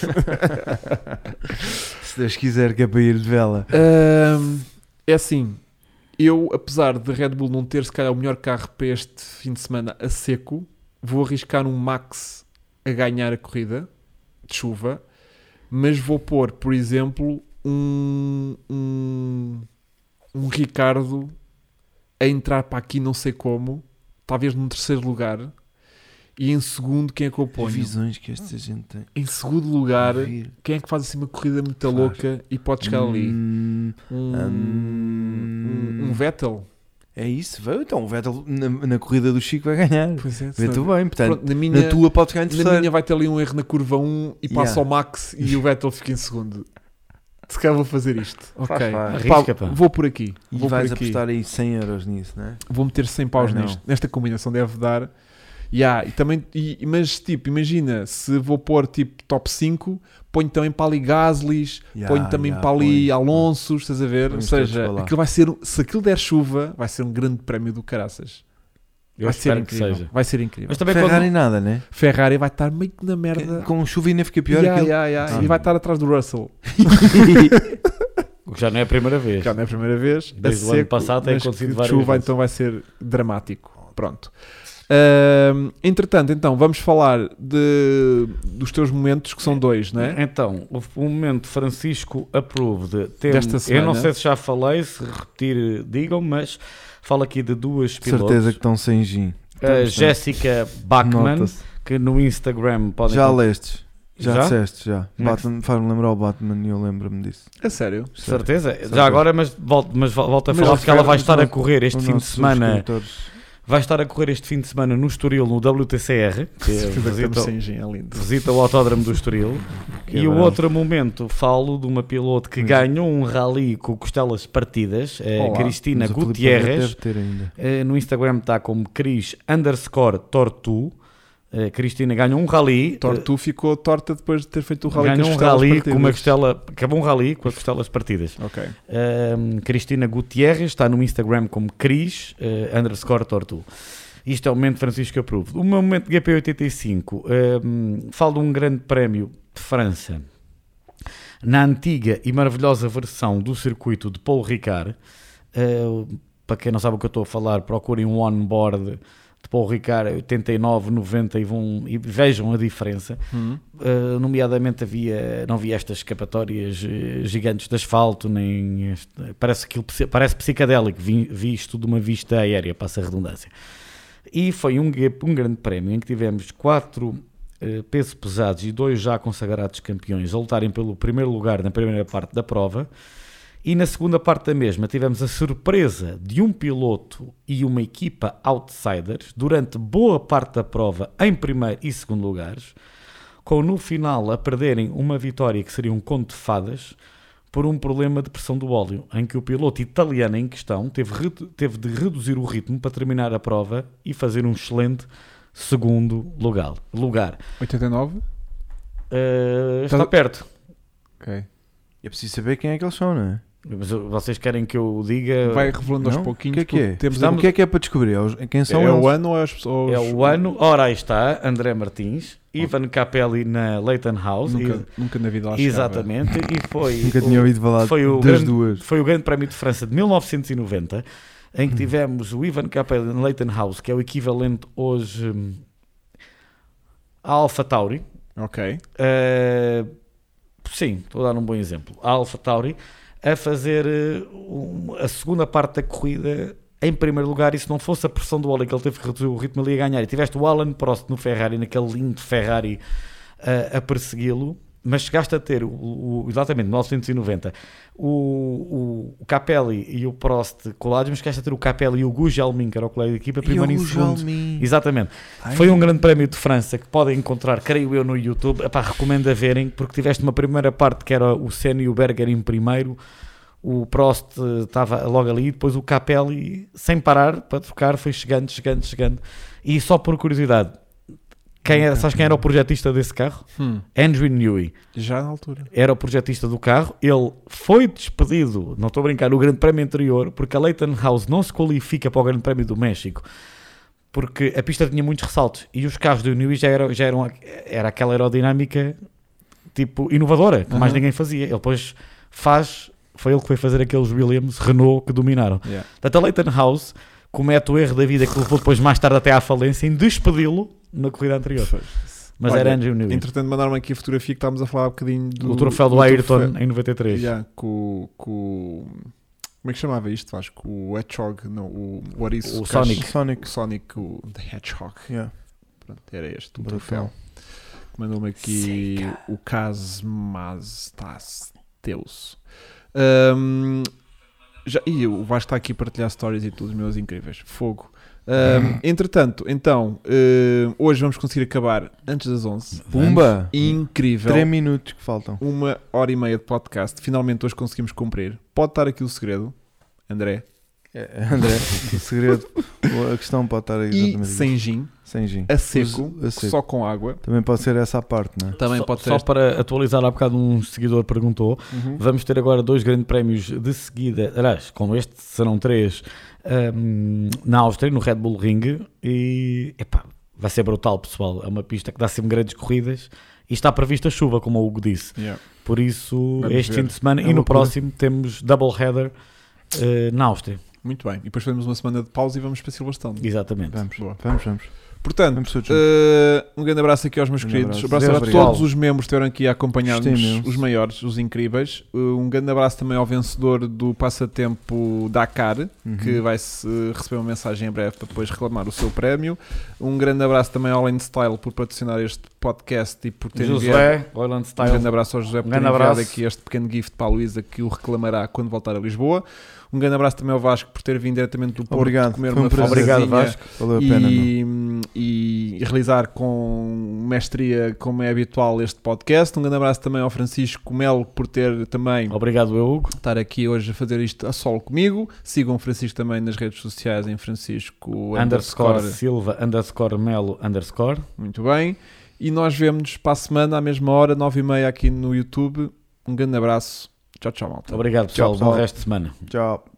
Se Deus quiser que é para ir de vela. Ahm, é assim, eu, apesar de Red Bull não ter se calhar o melhor carro para este fim de semana a seco, vou arriscar um Max a ganhar a corrida de chuva, mas vou pôr, por exemplo, um, um, um Ricardo a entrar para aqui não sei como, talvez num terceiro lugar, e em segundo quem é que eu As ponho? visões que esta gente tem. Em segundo lugar, Vir. quem é que faz assim uma corrida muito Faz. louca e pode chegar ali? Hum, Um, Hum. um, um Vettel? é isso, vai. Então o Vettel na, na corrida do Chico vai ganhar. Pois é, Vê sabe? tu bem, portanto, Pronto, na minha, na tua pode ficar em na terceiro. minha vai ter ali um erro na curva um e passa Yeah. ao Max e o Vettel fica em segundo. Se calhar vou fazer isto. Ok. Faz, faz. Arrisca, Pá, pá. vou por aqui. E Vou vais por aqui. apostar aí cem euros nisso, não é? Vou meter cem paus Ah, não. nisto. Nesta combinação deve dar. Yeah, e também, e, mas tipo, imagina, se vou pôr tipo top cinco, ponho também para ali Gasly, Yeah, ponho também yeah, para ali põe. Alonso, estás a ver? Põe Ou os seja, todos para lá. aquilo vai ser, se aquilo der chuva, vai ser um grande prémio do caraças. Eu Vai ser espero que incrível. seja. Vai ser incrível. Mas também Ferrari quando... nada, né? Ferrari vai estar meio que na merda. Com chuva ainda fica pior Yeah, aquilo. yeah, yeah. Ah. E vai estar atrás do Russell. O que já não é a primeira vez. Já não é a primeira vez. Desde a o ano seco, passado tem mas acontecido que várias chuva, vezes. então vai ser dramático. Pronto. Ahm, entretanto, então, vamos falar de, dos teus momentos, que são dois, não é? Então, o, o momento Francisco Approved tem, Desta eu semana. não sei se já falei, se repetir digam, mas falo aqui de duas De pilotos. certeza que estão sem gin. A Jessica Bachmann, Nota-se. que no Instagram podem... Já lestes. Já, Já? disseste, já. Como é que- Batman, faz-me lembrar o Batman e eu lembro-me disso. A sério. De certeza? Certeza. Já agora, mas volto, mas volto a Mas falar os que ela vai os estar a nossos- correr este Os fim de nossos semana. subscritores. Vai estar a correr este fim de semana no Estoril, no W T C R, que é Estamos visita, sem gin, é lindo. visita o autódromo do Estoril. Que E o bravo. outro momento falo de uma piloto que Mas- ganhou um rally com costelas partidas, a Olá. Cristina Mas o Filipe Gutierrez. deve ter ainda. Eh, No Instagram está como Cris underscore Tortu. Eh, Cristina ganhou um rally. Tortu ficou torta depois de ter feito o eh, rally ganhou com um as costelas rally partidas. com uma costela. Acabou um rally com as costelas partidas. Ok. Um, Cristina Gutierrez está no Instagram como Cris uh, underscore Tortu. Isto é o momento Francisco Approved. O meu momento de G P oitenta e cinco, um, falo de um grande prémio de França na antiga e maravilhosa versão do circuito de Paul Ricard. Uh, para quem não sabe o que eu estou a falar, procurem um on-board de Paul Ricard oitenta e nove, noventa e, vão, e vejam a diferença. Hum. Uh, nomeadamente havia, não havia estas escapatórias uh, gigantes de asfalto, nem este, parece, aquilo, parece psicadélico, vi, visto de uma vista aérea, passa a redundância. E foi um, um grande prémio em que tivemos quatro uh, pesos pesados e dois já consagrados campeões a lutarem pelo primeiro lugar na primeira parte da prova. E na segunda parte da mesma tivemos a surpresa de um piloto e uma equipa outsiders durante boa parte da prova em primeiro e segundo lugares, com no final a perderem uma vitória que seria um conto de fadas por um problema de pressão do óleo, em que o piloto italiano em questão teve, teve de reduzir o ritmo para terminar a prova e fazer um excelente segundo lugar. lugar. oitenta e nove? Uh, está perto. Ok. É preciso saber quem é que eles são, não é? Mas vocês querem que eu diga... Vai revelando aos Não? pouquinhos. O que é que é? porque Temos Estamos- O que é que é para descobrir? É os- Quem são é eles? o ano ou é as pessoas? É o ano, ora aí está, André Martins, Ivan Capelli na Leighton House. Nunca, e, nunca na vida lá chegava. exatamente, e foi, Nunca o, tinha ouvido falar foi o das grande- duas. foi o Grande Prémio de França de mil novecentos e noventa, em que tivemos o Ivan Capelli na Leighton House, que é o equivalente hoje, hum, a AlphaTauri. Ok. Uh, sim, estou a dar um bom exemplo. A AlphaTauri a fazer uh, um, a segunda parte da corrida em primeiro lugar, e se não fosse a pressão do óleo que ele teve que reduzir o ritmo, ele ia ganhar. E tiveste o Alan Prost no Ferrari, naquele lindo Ferrari, uh, a persegui-lo, mas chegaste a ter, o, o, exatamente, mil novecentos e noventa, o, o, o Capelli e o Prost colados, mas chegaste a ter o Capelli e o Gugelmin, que era o colega de equipa, primeiro e segundo. Exatamente. Ai. Foi um grande prémio de França que podem encontrar, creio eu, no YouTube. Epá, recomendo a verem, porque tiveste uma primeira parte que era o Senna e o Berger em primeiro, o Prost estava logo ali, e depois o Capelli, sem parar para trocar, foi chegando, chegando, chegando. E só por curiosidade, quem era, sabes quem era o projetista desse carro? Hum. Andrew Newey. Já na altura. Era o projetista do carro. Ele foi despedido, não estou a brincar, no Grande Prémio anterior, porque a Leyton House não se qualifica para o Grande Prémio do México, porque a pista tinha muitos ressaltos e os carros do Newey já eram, já eram era aquela aerodinâmica tipo inovadora, que uhum. mais ninguém fazia. Ele depois faz, foi ele que foi fazer aqueles Williams, Renault que dominaram. Yeah. Portanto, a Leyton House comete o erro da vida que levou depois mais tarde até à falência em despedi-lo na corrida anterior. Mas olha, era Andrew Newey. Entretanto, mandaram-me aqui a fotografia que estávamos a falar um bocadinho do... O troféu do, do Ayrton troféu, em noventa e três. Yeah, com, com... Como é que chamava isto, Vasco? O Hedgehog, não, o... What is, o Sonic. Sonic. Sonic, o The Hedgehog. Yeah. Pronto, era este o troféu. Mandou-me aqui Seca. O Casmastas Teus. Um, já, e o Vasco está aqui a partilhar stories e tudo, meus incríveis. Fogo. Um, entretanto, então, uh, hoje vamos conseguir acabar antes das onze. Pumba! Incrível. três minutos que faltam. Uma hora e meia de podcast. Finalmente hoje conseguimos cumprir. Pode estar aqui o segredo, André. É, André, o segredo, a questão pode estar aí exatamente. E sem gin, sem gin. A, seco, a seco, só com água. Também pode ser essa a parte, não é? Também só, pode ser. Só esta. Para atualizar, há bocado um seguidor perguntou, uhum. Vamos ter agora dois grandes prémios de seguida, aliás, como este serão três, um, na Áustria, no Red Bull Ring, e epá, vai ser brutal, pessoal. É uma pista que dá sempre grandes corridas e está prevista chuva, como o Hugo disse. Yeah. Por isso, vamos este ver. fim de semana é e no loucura. Próximo temos double header uh, na Áustria. Muito bem. E depois fazemos uma semana de pausa e vamos para Silverstone. Exatamente. Vamos, vamos, vamos. Portanto, vamos uh, um grande abraço aqui aos meus um queridos. Um abraço, abraço a todos os membros que estiveram aqui a acompanhar-nos, os maiores, os incríveis. Uh, um grande abraço também ao vencedor do passatempo Dakar, uhum. que vai -se receber uma mensagem em breve para depois reclamar o seu prémio. Um grande abraço também ao Lane Style por patrocinar este podcast e por ter José, enviado. Um grande abraço ao José por um ter enviado abraço. aqui este pequeno gift para a Luísa, que o reclamará quando voltar a Lisboa. Um grande abraço também ao Vasco por ter vindo diretamente do Porto. Obrigado. Comer Foi um uma Obrigado, Vasco. Valeu a pena. E, e realizar com mestria, como é habitual, este podcast. Um grande abraço também ao Francisco Melo por ter também... Obrigado, eu, Hugo. Estar aqui hoje a fazer isto a solo comigo. Sigam o Francisco também nas redes sociais em Francisco underscore Silva underscore Melo underscore. Muito bem. E nós vemos para a semana à mesma hora, nove e meia aqui no YouTube. Um grande abraço. Tchau, tchau, malta. Obrigado, pessoal. Tchau, pessoal. Bom resto de semana. Tchau.